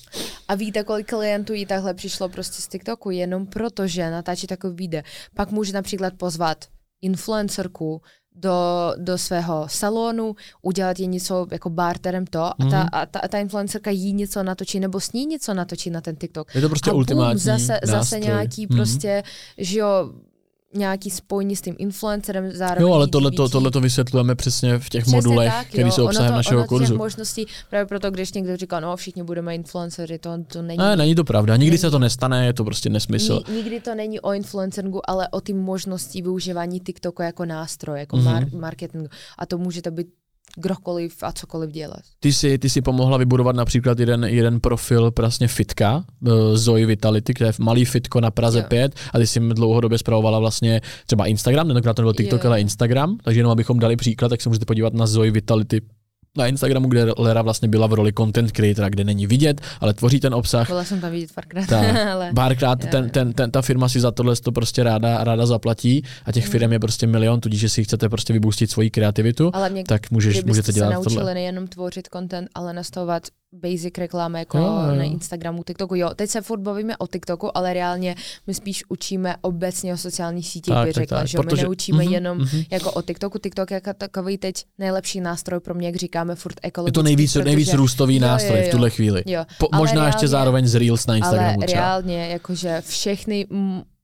A víte, kolik klientů jí takhle přišlo prostě z TikToku, jenom protože natáčí takový video. Pak může například pozvat influencerku do, do svého salonu, udělat jí něco jako barterem to a ta, a ta, a ta influencerka jí něco natočí nebo s ní něco natočí na ten TikTok. Je to prostě a ultimátní boom, zase, nástroj. zase nějaký mm-hmm. prostě, že jo, nějaký spojení s tím influencerem zároveň. Jo, ale tohleto, tohleto vysvětlujeme přesně v těch přesně modulech, které jsou obsahem našeho ono kurzu. Ono možností, právě proto, když někdo říká, no všichni budeme influencery, to, to není. Ne, není to pravda, nikdy není. se to nestane, je to prostě nesmysl. Ni, nikdy to není o influenceringu, ale o ty možnosti využívání TikToku jako nástroj, jako mm-hmm. mar- marketingu. A to můžete být kdokoliv a cokoliv dělat. Ty si, ty si pomohla vybudovat například jeden, jeden profil vlastně fitka, Zoe Vitality, kde je malý fitko na Praze jo. pět a ty si dlouhodobě spravovala vlastně třeba Instagram, tentokrát to byl TikTok, jo. ale Instagram, takže jenom abychom dali příklad, tak se můžete podívat na Zoe Vitality na Instagramu, kde Lera vlastně byla v roli content creatora, kde není vidět, ale tvoří ten obsah. Byla jsem tam vidět párkrát. ale... Párkrát ten, ten, ten, ta firma si za tohle to prostě ráda, ráda zaplatí a těch firm je prostě milion, tudíž, že si chcete prostě vybustit svoji kreativitu, ale mě, tak můžeš, můžete dělat tohle. Kdybyste se naučili nejenom tvořit content, ale nastavovat basic reklamy jako jo, jo. na Instagramu, TikToku. Jo, teď se furt bavíme o TikToku, ale reálně my spíš učíme obecně o sociálních sítích, bych řekla, tak, že protože, my neučíme mm-hmm, jenom mm-hmm. jako o TikToku. TikTok je jako takový teď nejlepší nástroj pro mě, jak říkáme furt ekologický. Je to nejvíc, protože, nejvíc růstový jo, nástroj jo, jo, v tuhle chvíli. Jo. Po, možná reálně, ještě zároveň z Reels na Instagramu ale třeba. reálně, jakože všechny m-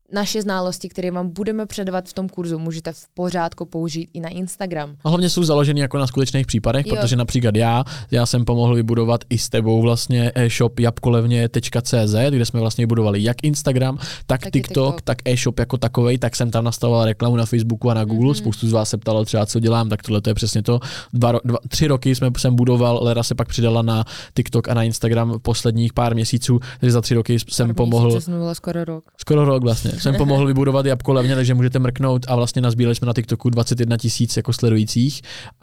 naše znalosti, které vám budeme předávat v tom kurzu, můžete v pořádku použít i na Instagram. A hlavně jsou založeny jako na skutečných případech, jo. Protože například já, já jsem pomohl vybudovat i s tebou vlastně e-shop jabkolevně tečka cé zet, kde jsme vlastně vybudovali jak Instagram, tak Taky TikTok, TikTok, tak e-shop jako takovej, tak jsem tam nastavoval reklamu na Facebooku a na Google. Mm-hmm. Spoustu z vás se ptalo třeba, co dělám, tak tohle to je přesně to. Dva, dva, tři roky jsme, jsem budoval, Lera se pak přidala na TikTok a na Instagram posledních pár měsíců, takže za tři roky jsem pomohl. Skoro rok. Skoro rok vlastně. Jsem pomohl vybudovat Jabko levně, takže můžete mrknout a vlastně nazbírali jsme na TikToku dvacet jedna tisíc jako sledujících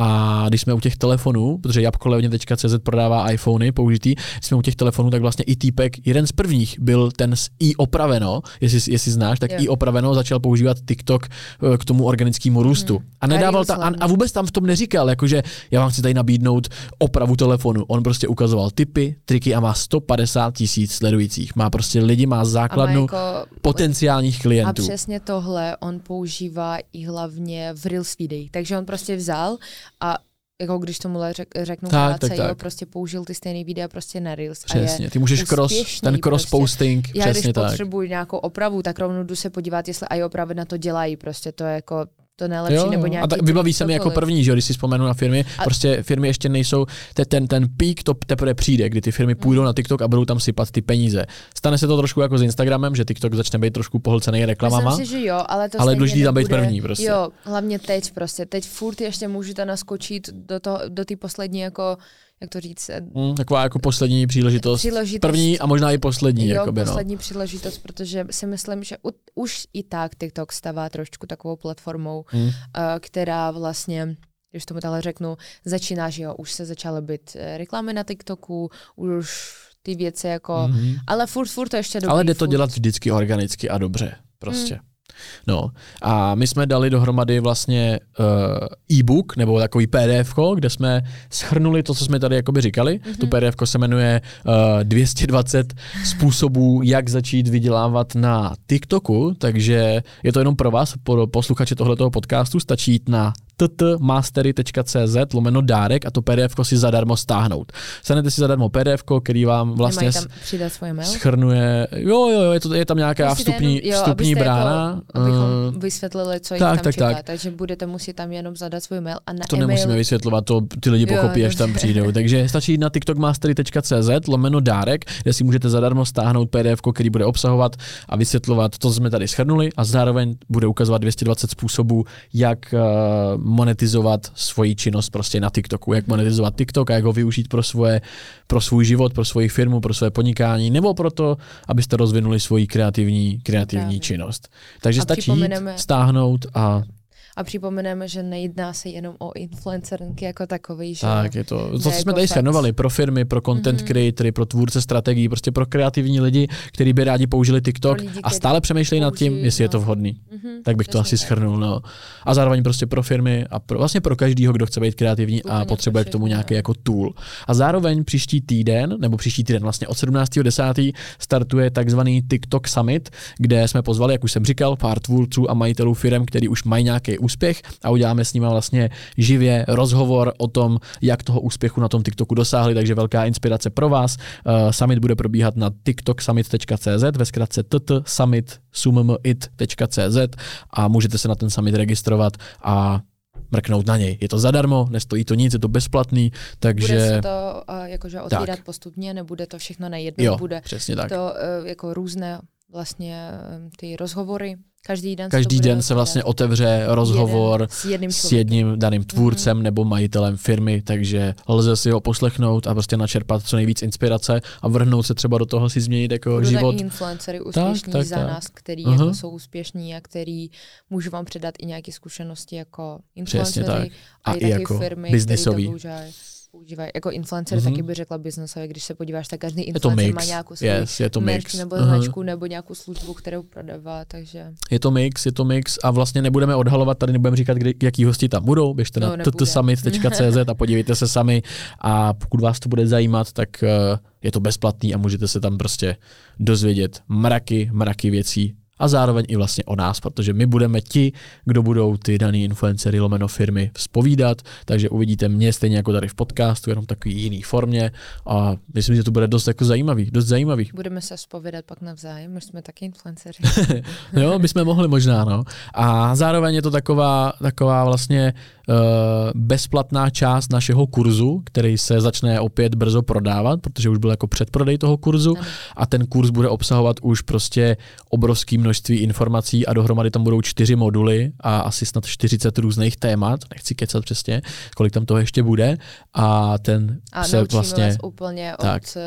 a když jsme u těch telefonů, protože jabkolevně tečka cé zet prodává iPhony použitý, když jsme u těch telefonů, tak vlastně i týpek, jeden z prvních byl ten z i opraveno, jestli, jestli znáš, tak jo. i opraveno začal používat TikTok k tomu organickému růstu. Hmm. A nedával tam, a, a vůbec tam v tom neříkal, jakože já vám chci tady nabídnout opravu telefonu. On prostě ukazoval tipy, triky a má sto padesát tisíc sledujících. Má prostě lidi, má základnu jako potenciálních klientů. A přesně tohle on používá i hlavně v Reels videích. Takže on prostě vzal a jako když tomu řek, řeknu tak, krátce, tak, jo, prostě použil ty stejné videa prostě na Reels. Přesně, ty můžeš cross, ten cross-posting, prostě. přesně Já když tak. potřebuji nějakou opravu, tak rovnou jdu se podívat, jestli i opravy na to dělají, prostě to je jako to nejlepší, jo, nebo nějaký... A tak vybaví se mi jako první, že když si vzpomenu na firmy, a... prostě firmy ještě nejsou, te, ten, ten pík to teprve přijde, kdy ty firmy půjdou mm. na TikTok a budou tam sypat ty peníze. Stane se to trošku jako s Instagramem, že TikTok začne být trošku pohlcený reklamama. Myslím si, že jo, ale to ale důležitý tam být první prostě. Jo, hlavně teď prostě, teď furt ještě můžete naskočit do toho, do té poslední jako jak to říct? Mm, taková jako poslední příležitost. příležitost. První a možná i poslední. Jo, jakoby, poslední no. příležitost, protože si myslím, že u, už i tak TikTok stává trošku takovou platformou, mm. uh, která vlastně, když tomu takhle řeknu, začíná, že jo, už se začaly být reklamy na TikToku, už ty věci jako, mm-hmm. ale furt, furt to ještě dobrý. Ale jde to furt. dělat vždycky organicky a dobře, prostě. Mm. No a my jsme dali dohromady vlastně uh, e-book nebo takový pé dé efko, kde jsme shrnuli to, co jsme tady jakoby říkali. Mm-hmm. To pé dé efko se jmenuje uh, dvě stě dvacet způsobů, jak začít vydělávat na TikToku, takže je to jenom pro vás, pro posluchače tohletoho podcastu, stačí jít na t t mastery tečka cé zet lomeno dárek a to pé dé efko si zadarmo stáhnout. Stanete si zadarmo pé dé efko, který vám vlastně tam přidat svoje mail? Schrnuje, jo, jo, je, to, je tam nějaká vstupní, jenom, jo, vstupní brána. Jako, abychom vysvětlili, co jich tak, tam tak, čeká, tak. takže budete muset tam jenom zadat svůj mail a na to e-mail... nemusíme vysvětlovat, to ty lidi pochopí, jo, až tam přijdou. Takže stačí jít na tiktokmastery tečka cé zet lomeno dárek, kde si můžete zadarmo stáhnout pé dé efko, který bude obsahovat a vysvětlovat to, co jsme tady shrnuli a zároveň bude ukazovat dvě stě dvacet způsobů, jak uh, monetizovat svoji činnost prostě na TikToku, jak monetizovat TikTok a jak ho využít pro svoje, pro svůj život, pro svoji firmu, pro své podnikání, nebo pro to, abyste rozvinuli svoji kreativní, kreativní činnost. Takže a stačí stáhnout a A připomeneme, že nejedná se jenom o influencerky jako takový, že... Tak, je to, to co jsme tady shrnovali, pro firmy, pro content mm-hmm. creatory, pro tvůrce strategií, prostě pro kreativní lidi, kteří by rádi použili TikTok lidi, a stále přemýšlejí nad tím, jestli no. je to vhodný. Mm-hmm, tak bych to asi shrnul. No. A zároveň prostě pro firmy a pro, vlastně pro každýho, kdo chce být kreativní Úplně a potřebuje k tomu nějaký jako tool. A zároveň příští týden, nebo příští týden vlastně od sedmnáctého desátého startuje takzvaný TikTok Summit, kde jsme pozvali, jak už jsem říkal, pár tvůrců a majitelů firem, kteří už mají nějaký úspěch a uděláme s nimi vlastně živě rozhovor o tom, jak toho úspěchu na tom TikToku dosáhli, takže velká inspirace pro vás. Uh, summit bude probíhat na tiktoksummit tečka cé zet, ve zkratce ttsummit tečka cé zet a můžete se na ten summit registrovat a mrknout na něj. Je to zadarmo, nestojí to nic, je to bezplatný, takže... Bude se to uh, jakože otvírat tak. postupně, nebude to všechno najednou, jo, bude přesně tak. to uh, jako různé vlastně ty rozhovory. Každý den, Každý den se vlastně otevře rozhovor jeden, s, jedním s jedním daným tvůrcem mm-hmm. nebo majitelem firmy, takže lze si ho poslechnout a prostě načerpat co nejvíc inspirace a vrhnout se třeba do toho si změnit jako Budu život. Influencery úspěšní tak, tak, za tak. nás, který uh-huh. jako jsou úspěšní a který můžu vám předat i nějaké zkušenosti jako influencery a, a i, i taky jako firmy, biznisový. Používají. Jako influencer mm-hmm. taky by řekla biznesově, když se podíváš, tak každý influencer má nějakou svou yes, je to merch mix. nebo uh-huh. značku nebo nějakou službu, kterou prodává, takže... Je to mix, je to mix a vlastně nebudeme odhalovat, tady nebudeme říkat, kdy, jaký hosti tam budou, běžte no, na ttsummit tečka cé zet a podívejte se sami a pokud vás to bude zajímat, tak uh, je to bezplatný a můžete se tam prostě dozvědět mraky, mraky věcí a zároveň i vlastně o nás, protože my budeme ti, kdo budou ty daný influencery lomeno firmy zpovídat, takže uvidíte mě stejně jako tady v podcastu, jenom takový jiný formě a myslím, že to bude dost jako zajímavý, dost zajímavý. Budeme se zpovídat pak navzájem, už jsme taky influenceři. Jo, my jsme mohli možná, no. A zároveň je to taková, taková vlastně uh, bezplatná část našeho kurzu, který se začne opět brzo prodávat, protože už byl jako předprodej toho kurzu ano. A ten kurz bude obsahovat už prostě obrovský množství informací a dohromady tam budou čtyři moduly a asi snad čtyřicet různých témat, nechci kecat přesně, kolik tam toho ještě bude a ten a se vlastně... vás úplně tak. od...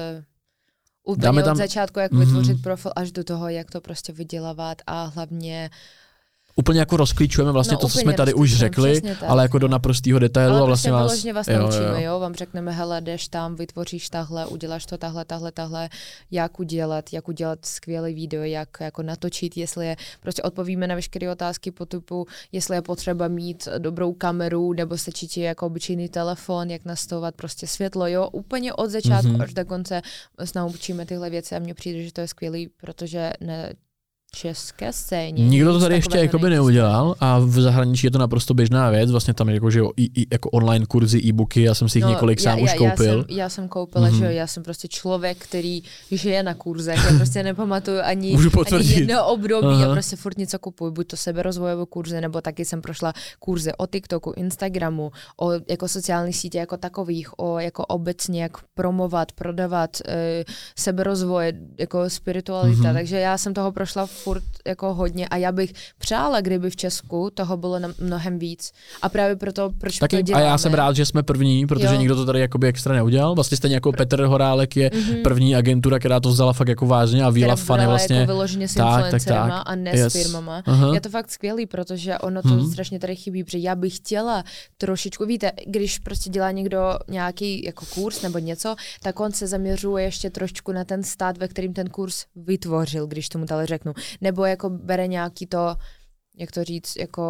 Úplně tam, od začátku, jak mm-hmm. vytvořit profil, až do toho, jak to prostě vydělávat a hlavně úplně jako rozklíčujeme vlastně no, to, co jsme tady už řekli, ale jako do naprostého detailu. Ale a vlastně prostě vás, vyloženě vás jo, naučíme, jo. jo, vám řekneme, hele, jdeš tam, vytvoříš tahle, uděláš to tahle, tahle, tahle, jak udělat, jak udělat skvělý video, jak jako natočit, jestli je, prostě odpovíme na veškeré otázky po typu, jestli je potřeba mít dobrou kameru, nebo stačí ti jako obyčejný telefon, jak nastavovat prostě světlo, jo, úplně od začátku mm-hmm. až do konce se naučíme tyhle věci a mně přijde, že to je skvělý, protože ne české scéně. Nikdo to tady ještě jakoby neudělal a v zahraničí je to naprosto běžná věc, vlastně tam je jako, že jo, i, i, jako online kurzy, e-booky, já jsem si jich no, několik já, sám já, už koupil. Já jsem, já jsem koupila, mm-hmm. že jo, já jsem prostě člověk, který žije na kurzech, já prostě nepamatuju ani, ani jedno období, Aha. já prostě furt něco kupuju, buď to seberozvojové kurzy, nebo taky jsem prošla kurzy o TikToku, Instagramu, o jako sociální sítě jako takových, o jako obecně, jak promovat, prodávat, e, seberozvoj, jako spiritualita, mm-hmm. takže já jsem toho prošla furt jako hodně a já bych přála, kdyby v Česku toho bylo mnohem víc. A právě proto, proč taky, to děláme. A já jsem rád, že jsme první, protože jo. nikdo to tady jakoby extra neudělal. Vlastně stejně jako Petr Horálek je mm-hmm. první agentura, která to vzala fakt jako vážně a víla fany vlastně. Jako vyloženě s influencerama a ne yes. s firmama. Uh-huh. Je to fakt skvělý, protože ono to mm-hmm. strašně tady chybí, protože já bych chtěla trošičku, víte, když prostě dělá někdo nějaký jako kurz nebo něco, tak on se zaměřuje ještě trošičku na ten stát, ve kterým ten kurz vytvořil, když tomu tady řeknu. Nebo jako bere nějaký to, jak to říct, jako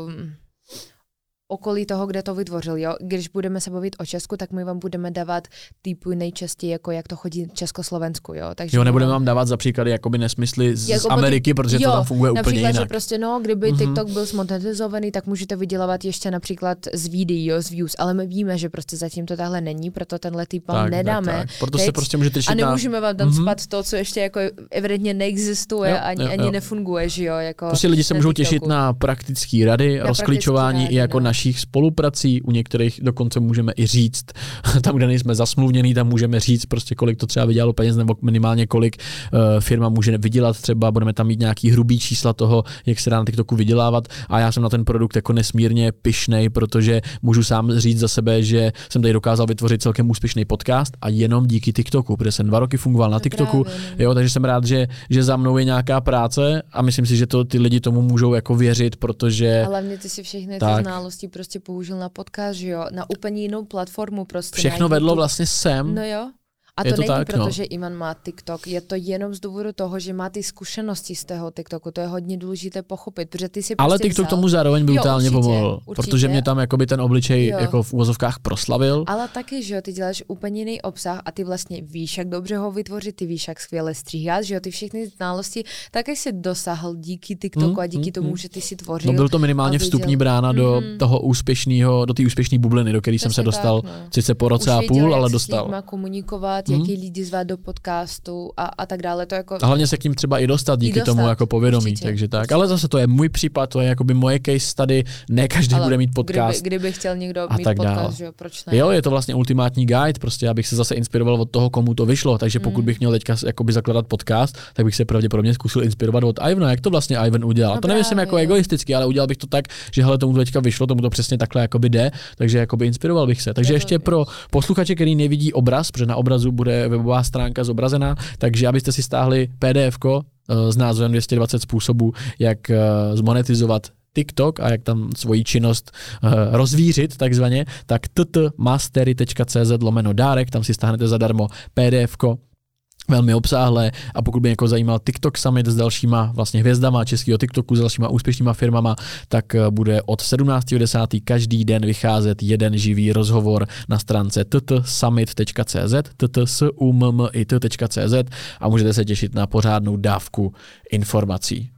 okolí toho, kde to vytvořil. Jo? Když budeme se bavit o Česku, tak my vám budeme dávat typy nejčastěji, jako jak to chodí v Československu. Jo, Takže jo nebudeme vám dávat za příklady jakoby nesmysly z, jako z Ameriky, protože jo, to tam funguje úplně jinak. Že prostě, no, kdyby mm-hmm. TikTok byl smonetizovaný, tak můžete vydělávat ještě například z videí, z views, ale my víme, že prostě zatím to tahle není, proto tenhle typ vám tak, nedáme. Tak, tak. Proto se prostě můžete a nemůžeme vám tam mm-hmm. spat to, co ještě jako evidentně neexistuje jo, ani, jo, ani jo. nefunguje, že jo. Jako prostě lidi se můžou těšit na praktické rady, na rozklíčování i jako no. našich spoluprací. U některých dokonce můžeme i říct, tam, kde nejsme zasmluvněný, tam můžeme říct prostě, kolik to třeba vydělalo peněz, nebo minimálně kolik uh, firma může vydělat třeba, budeme tam mít nějaký hrubý čísla toho, jak se dá na TikToku vydělávat a já jsem na ten produkt jako nesmírně pyšnej, protože můžu sám říct za sebe, že jsem tady dokázal vytvořit celkem úspěšný podcast a jenom díky TikToku, protože jsem dva roky fungoval na TikToku, právě, jo, takže jsem rád, že, že za mnou je nějaká práce a myslím si, že to ty lidi tomu můžou jako věřit, protože... Ale hlavně ty si všechny ty znalosti prostě použil na podcast, že jo, na úplně jinou platformu prostě. Všechno vedlo vlastně sem. No jo. A to, to není tak, proto, no. že Ivan má TikTok, je to jenom z důvodu toho, že má ty zkušenosti z toho TikToku, to je hodně důležité pochopit, protože ty si ale prostě TikTok vzal... tomu zároveň brutálně jo, určitě, pomohl, určitě. Protože mě tam jakoby ten obličej jo. jako v úvozovkách proslavil. Ale taky, že jo, ty děláš úplně jiný obsah a ty vlastně víš, jak dobře ho vytvořit, ty víš, jak skvěle stříhat, že jo, ty všechny znalosti taky si dosáhl díky TikToku mm, a díky mm, tomu, mm. že ty si tvořil. No byl to minimálně vstupní brána mm. do toho úspěšného, do té úspěšné bubliny, do které jsem se dostal tak, no. sice po roce a půl, ale dostal. Má komunikovat, mm. jaký lidi zvát do podcastu a, a tak dále. To jako... A hlavně se k ním třeba i dostat díky i dostat, tomu jako povědomí, určitě, takže tak. Určitě. Ale zase to je můj případ, to je jakoby moje case study, ne každý ale bude mít podcast. Kdyby, kdyby chtěl někdo a mít tak podcast, dál. že jo, proč ne? Jo, je to vlastně ultimátní guide, prostě abych se zase inspiroval od toho, komu to vyšlo, takže pokud mm. bych měl teďka jakoby zakládat podcast, tak bych se pravděpodobně zkusil inspirovat od Ivana, jak to vlastně Ivan udělal. No to nemyslím jako egoisticky, ale udělal bych to tak, že hele, tomu to teďka vyšlo, tomu to přesně takhle jakoby jde, takže jakoby inspiroval bych se. Takže je ještě pro posluchače, který nevidí obraz, protože na obrazu bude webová stránka zobrazená, takže abyste si stáhli P D F ko s názvem dvě stě dvacet způsobů, jak zmonetizovat TikTok a jak tam svoji činnost uh, rozvířit takzvaně, tak ttmastery.cz lomeno dárek, tam si stáhnete zadarmo P D F ko, velmi obsáhlé a pokud by někoho zajímal TikTok Summit s dalšíma vlastně hvězdama českého TikToku, s dalšíma úspěšnýma firmama, tak bude od sedmnáctého desátého každý den vycházet jeden živý rozhovor na stránce ttsummit tečka cz, ttsumit tečka cz a můžete se těšit na pořádnou dávku informací.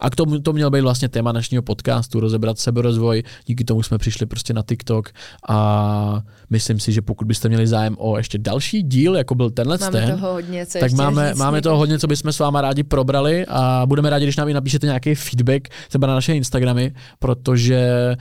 A k tomu to měl být vlastně téma dnešního podcastu, rozebrat seberozvoj, díky tomu jsme přišli prostě na TikTok a myslím si, že pokud byste měli zájem o ještě další díl, jako byl tenhle máme ten, toho hodně, co tak máme, říct, máme toho hodně, co bychom s váma rádi probrali a budeme rádi, když nám i napíšete nějaký feedback třeba na naše Instagramy, protože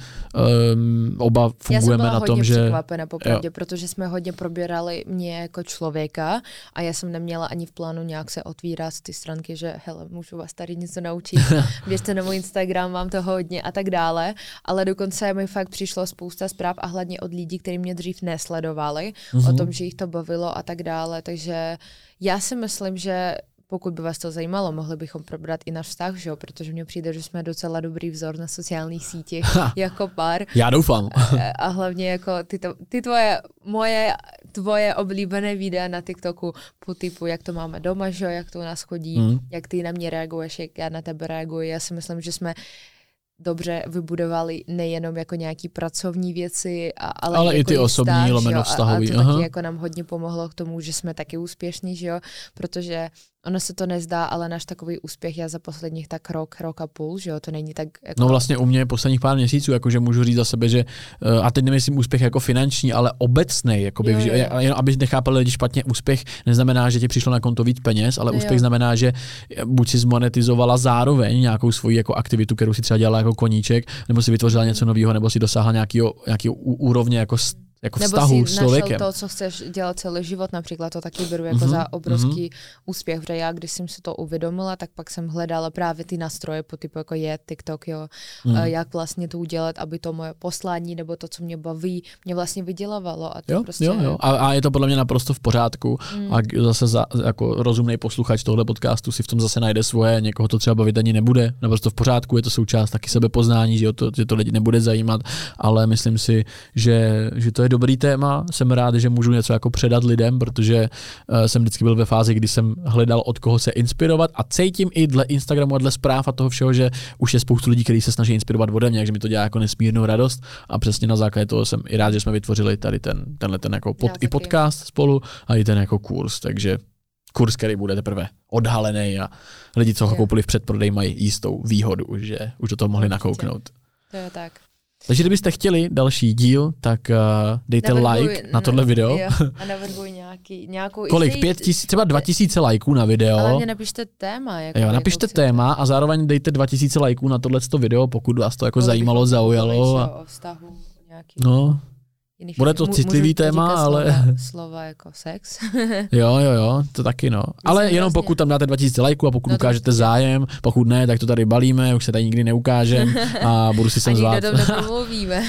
um, oba fungujeme na tom, že... Já jsem byla hodně překvapená popravdě, protože jsme hodně probírali mě jako člověka a já jsem neměla ani v plánu nějak se otvírat z ty stránky, že hele, můžu vás tady něco naučit, běžte na můj Instagram, mám to hodně a tak dále, ale dokonce mi fakt přišlo spousta zpráv a hlavně od lidí, kteří mě dřív nesledovali, mm-hmm. o tom, že jich to bavilo a tak dále, takže já si myslím, že pokud by vás to zajímalo, mohli bychom probrat i náš vztah, že jo? Protože mně přijde, že jsme docela dobrý vzor na sociálních sítích jako pár. Já doufám. A hlavně jako ty, to, ty tvoje, moje, tvoje oblíbené videa na TikToku po typu, jak to máme doma, že jo? Jak to u nás chodí, mm. jak ty na mě reaguješ, jak já na tebe reaguji. Já si myslím, že jsme dobře vybudovali nejenom jako nějaký pracovní věci, ale, ale jako i ty osobní, vztah, lomeno vztahový. A, a to taky jako nám hodně pomohlo k tomu, že jsme taky úspěšní, že jo, protože ono se to nezdá, ale náš takový úspěch je za posledních tak rok, rok a půl, že jo, to není tak jako... No vlastně u mě posledních pár měsíců, jakože můžu říct za sebe, že, a teď nemyslím úspěch jako finanční, ale obecnej, jakoby, jo, jo, jo. Jenom aby nechápali lidi špatně, úspěch neznamená, že ti přišlo na konto víc peněz, ale jo. Úspěch znamená, že buď si zmonetizovala zároveň nějakou svoji jako aktivitu, kterou si třeba dělala jako koníček, nebo si vytvořila něco nového, nebo si dosáhla nějakého, nějakého úrovně jako jako nebo vztahu si s člověkem. to, co chceš dělat celý život, například to taky beru jako mm-hmm. za obrovský mm-hmm. úspěch, protože já, když jsem si to uvědomila, tak pak jsem hledala právě ty nástroje po typu jako je TikTok, jo, mm. jak vlastně to udělat, aby to moje poslání nebo to, co mě baví, mě vlastně vydělávalo. A to jo, prostě... jo, jo. A, a je to podle mě naprosto v pořádku. Mm. A zase za, jako rozumný posluchač tohle podcastu si v tom zase najde svoje, někoho to třeba bavit ani nebude, naprosto v pořádku, je to součást taky sebepoznání, že, jo, to, že to lidi nebude zajímat, ale myslím si, že, že to je dobrý téma. Jsem rád, že můžu něco jako předat lidem, protože uh, jsem vždycky byl ve fázi, kdy jsem hledal, od koho se inspirovat a cítím i dle Instagramu a dle zpráv a toho všeho, že už je spoustu lidí, kteří se snaží inspirovat ode mě, takže mi to dělá jako nesmírnou radost a přesně na základě toho jsem i rád, že jsme vytvořili tady ten, tenhle ten jako pod, i podcast spolu a i ten jako kurz, takže kurz, který bude teprve odhalený a lidi, co ho koupili v předprodeji, mají jistou výhodu, že už do toho mohli nakouknout. To je tak. Takže kdybyste chtěli další díl, tak uh, dejte navrhuj, like na tohle video. Jo, a navrhuj nějaký, nějakou... Kolik? Pět tisíc, třeba dva tisíce lajků na video. Ale mě napište téma. Jako jo, napište téma a zároveň dejte dva tisíce lajků na tohleto video, pokud vás to jako Kolik zajímalo, zaujalo. A... O vztahu nějaký... No, bude to citlivý téma, ale... Slova, slova jako sex. jo, jo, jo, to taky no. Myslím ale jenom vlastně... pokud tam dáte dva tisíce lajků a pokud no ukážete zájem, pokud ne, tak to tady balíme, už se tady nikdy neukážem a budu si sem zvát. A nikdo to nemluvíme.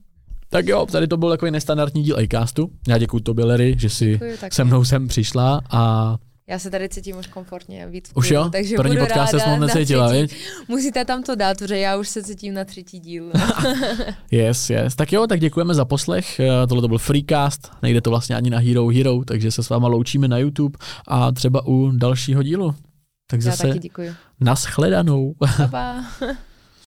Tak jo, tady to byl takový nestandardní díl iCastu. Já děkuju tobě, Larry, že jsi se mnou sem přišla a... Já se tady cítím už komfortně víc. Už jo? Takže první budu podcast se s mnou necítila, viď? Musíte tam to dát, protože já už se cítím na třetí díl. yes, yes. Tak jo, tak děkujeme za poslech. Tohle to byl Freecast, nejde to vlastně ani na Hero Hero, takže se s váma loučíme na YouTube a třeba u dalšího dílu. Tak já zase taky děkuju. Nashledanou. Pa, pa.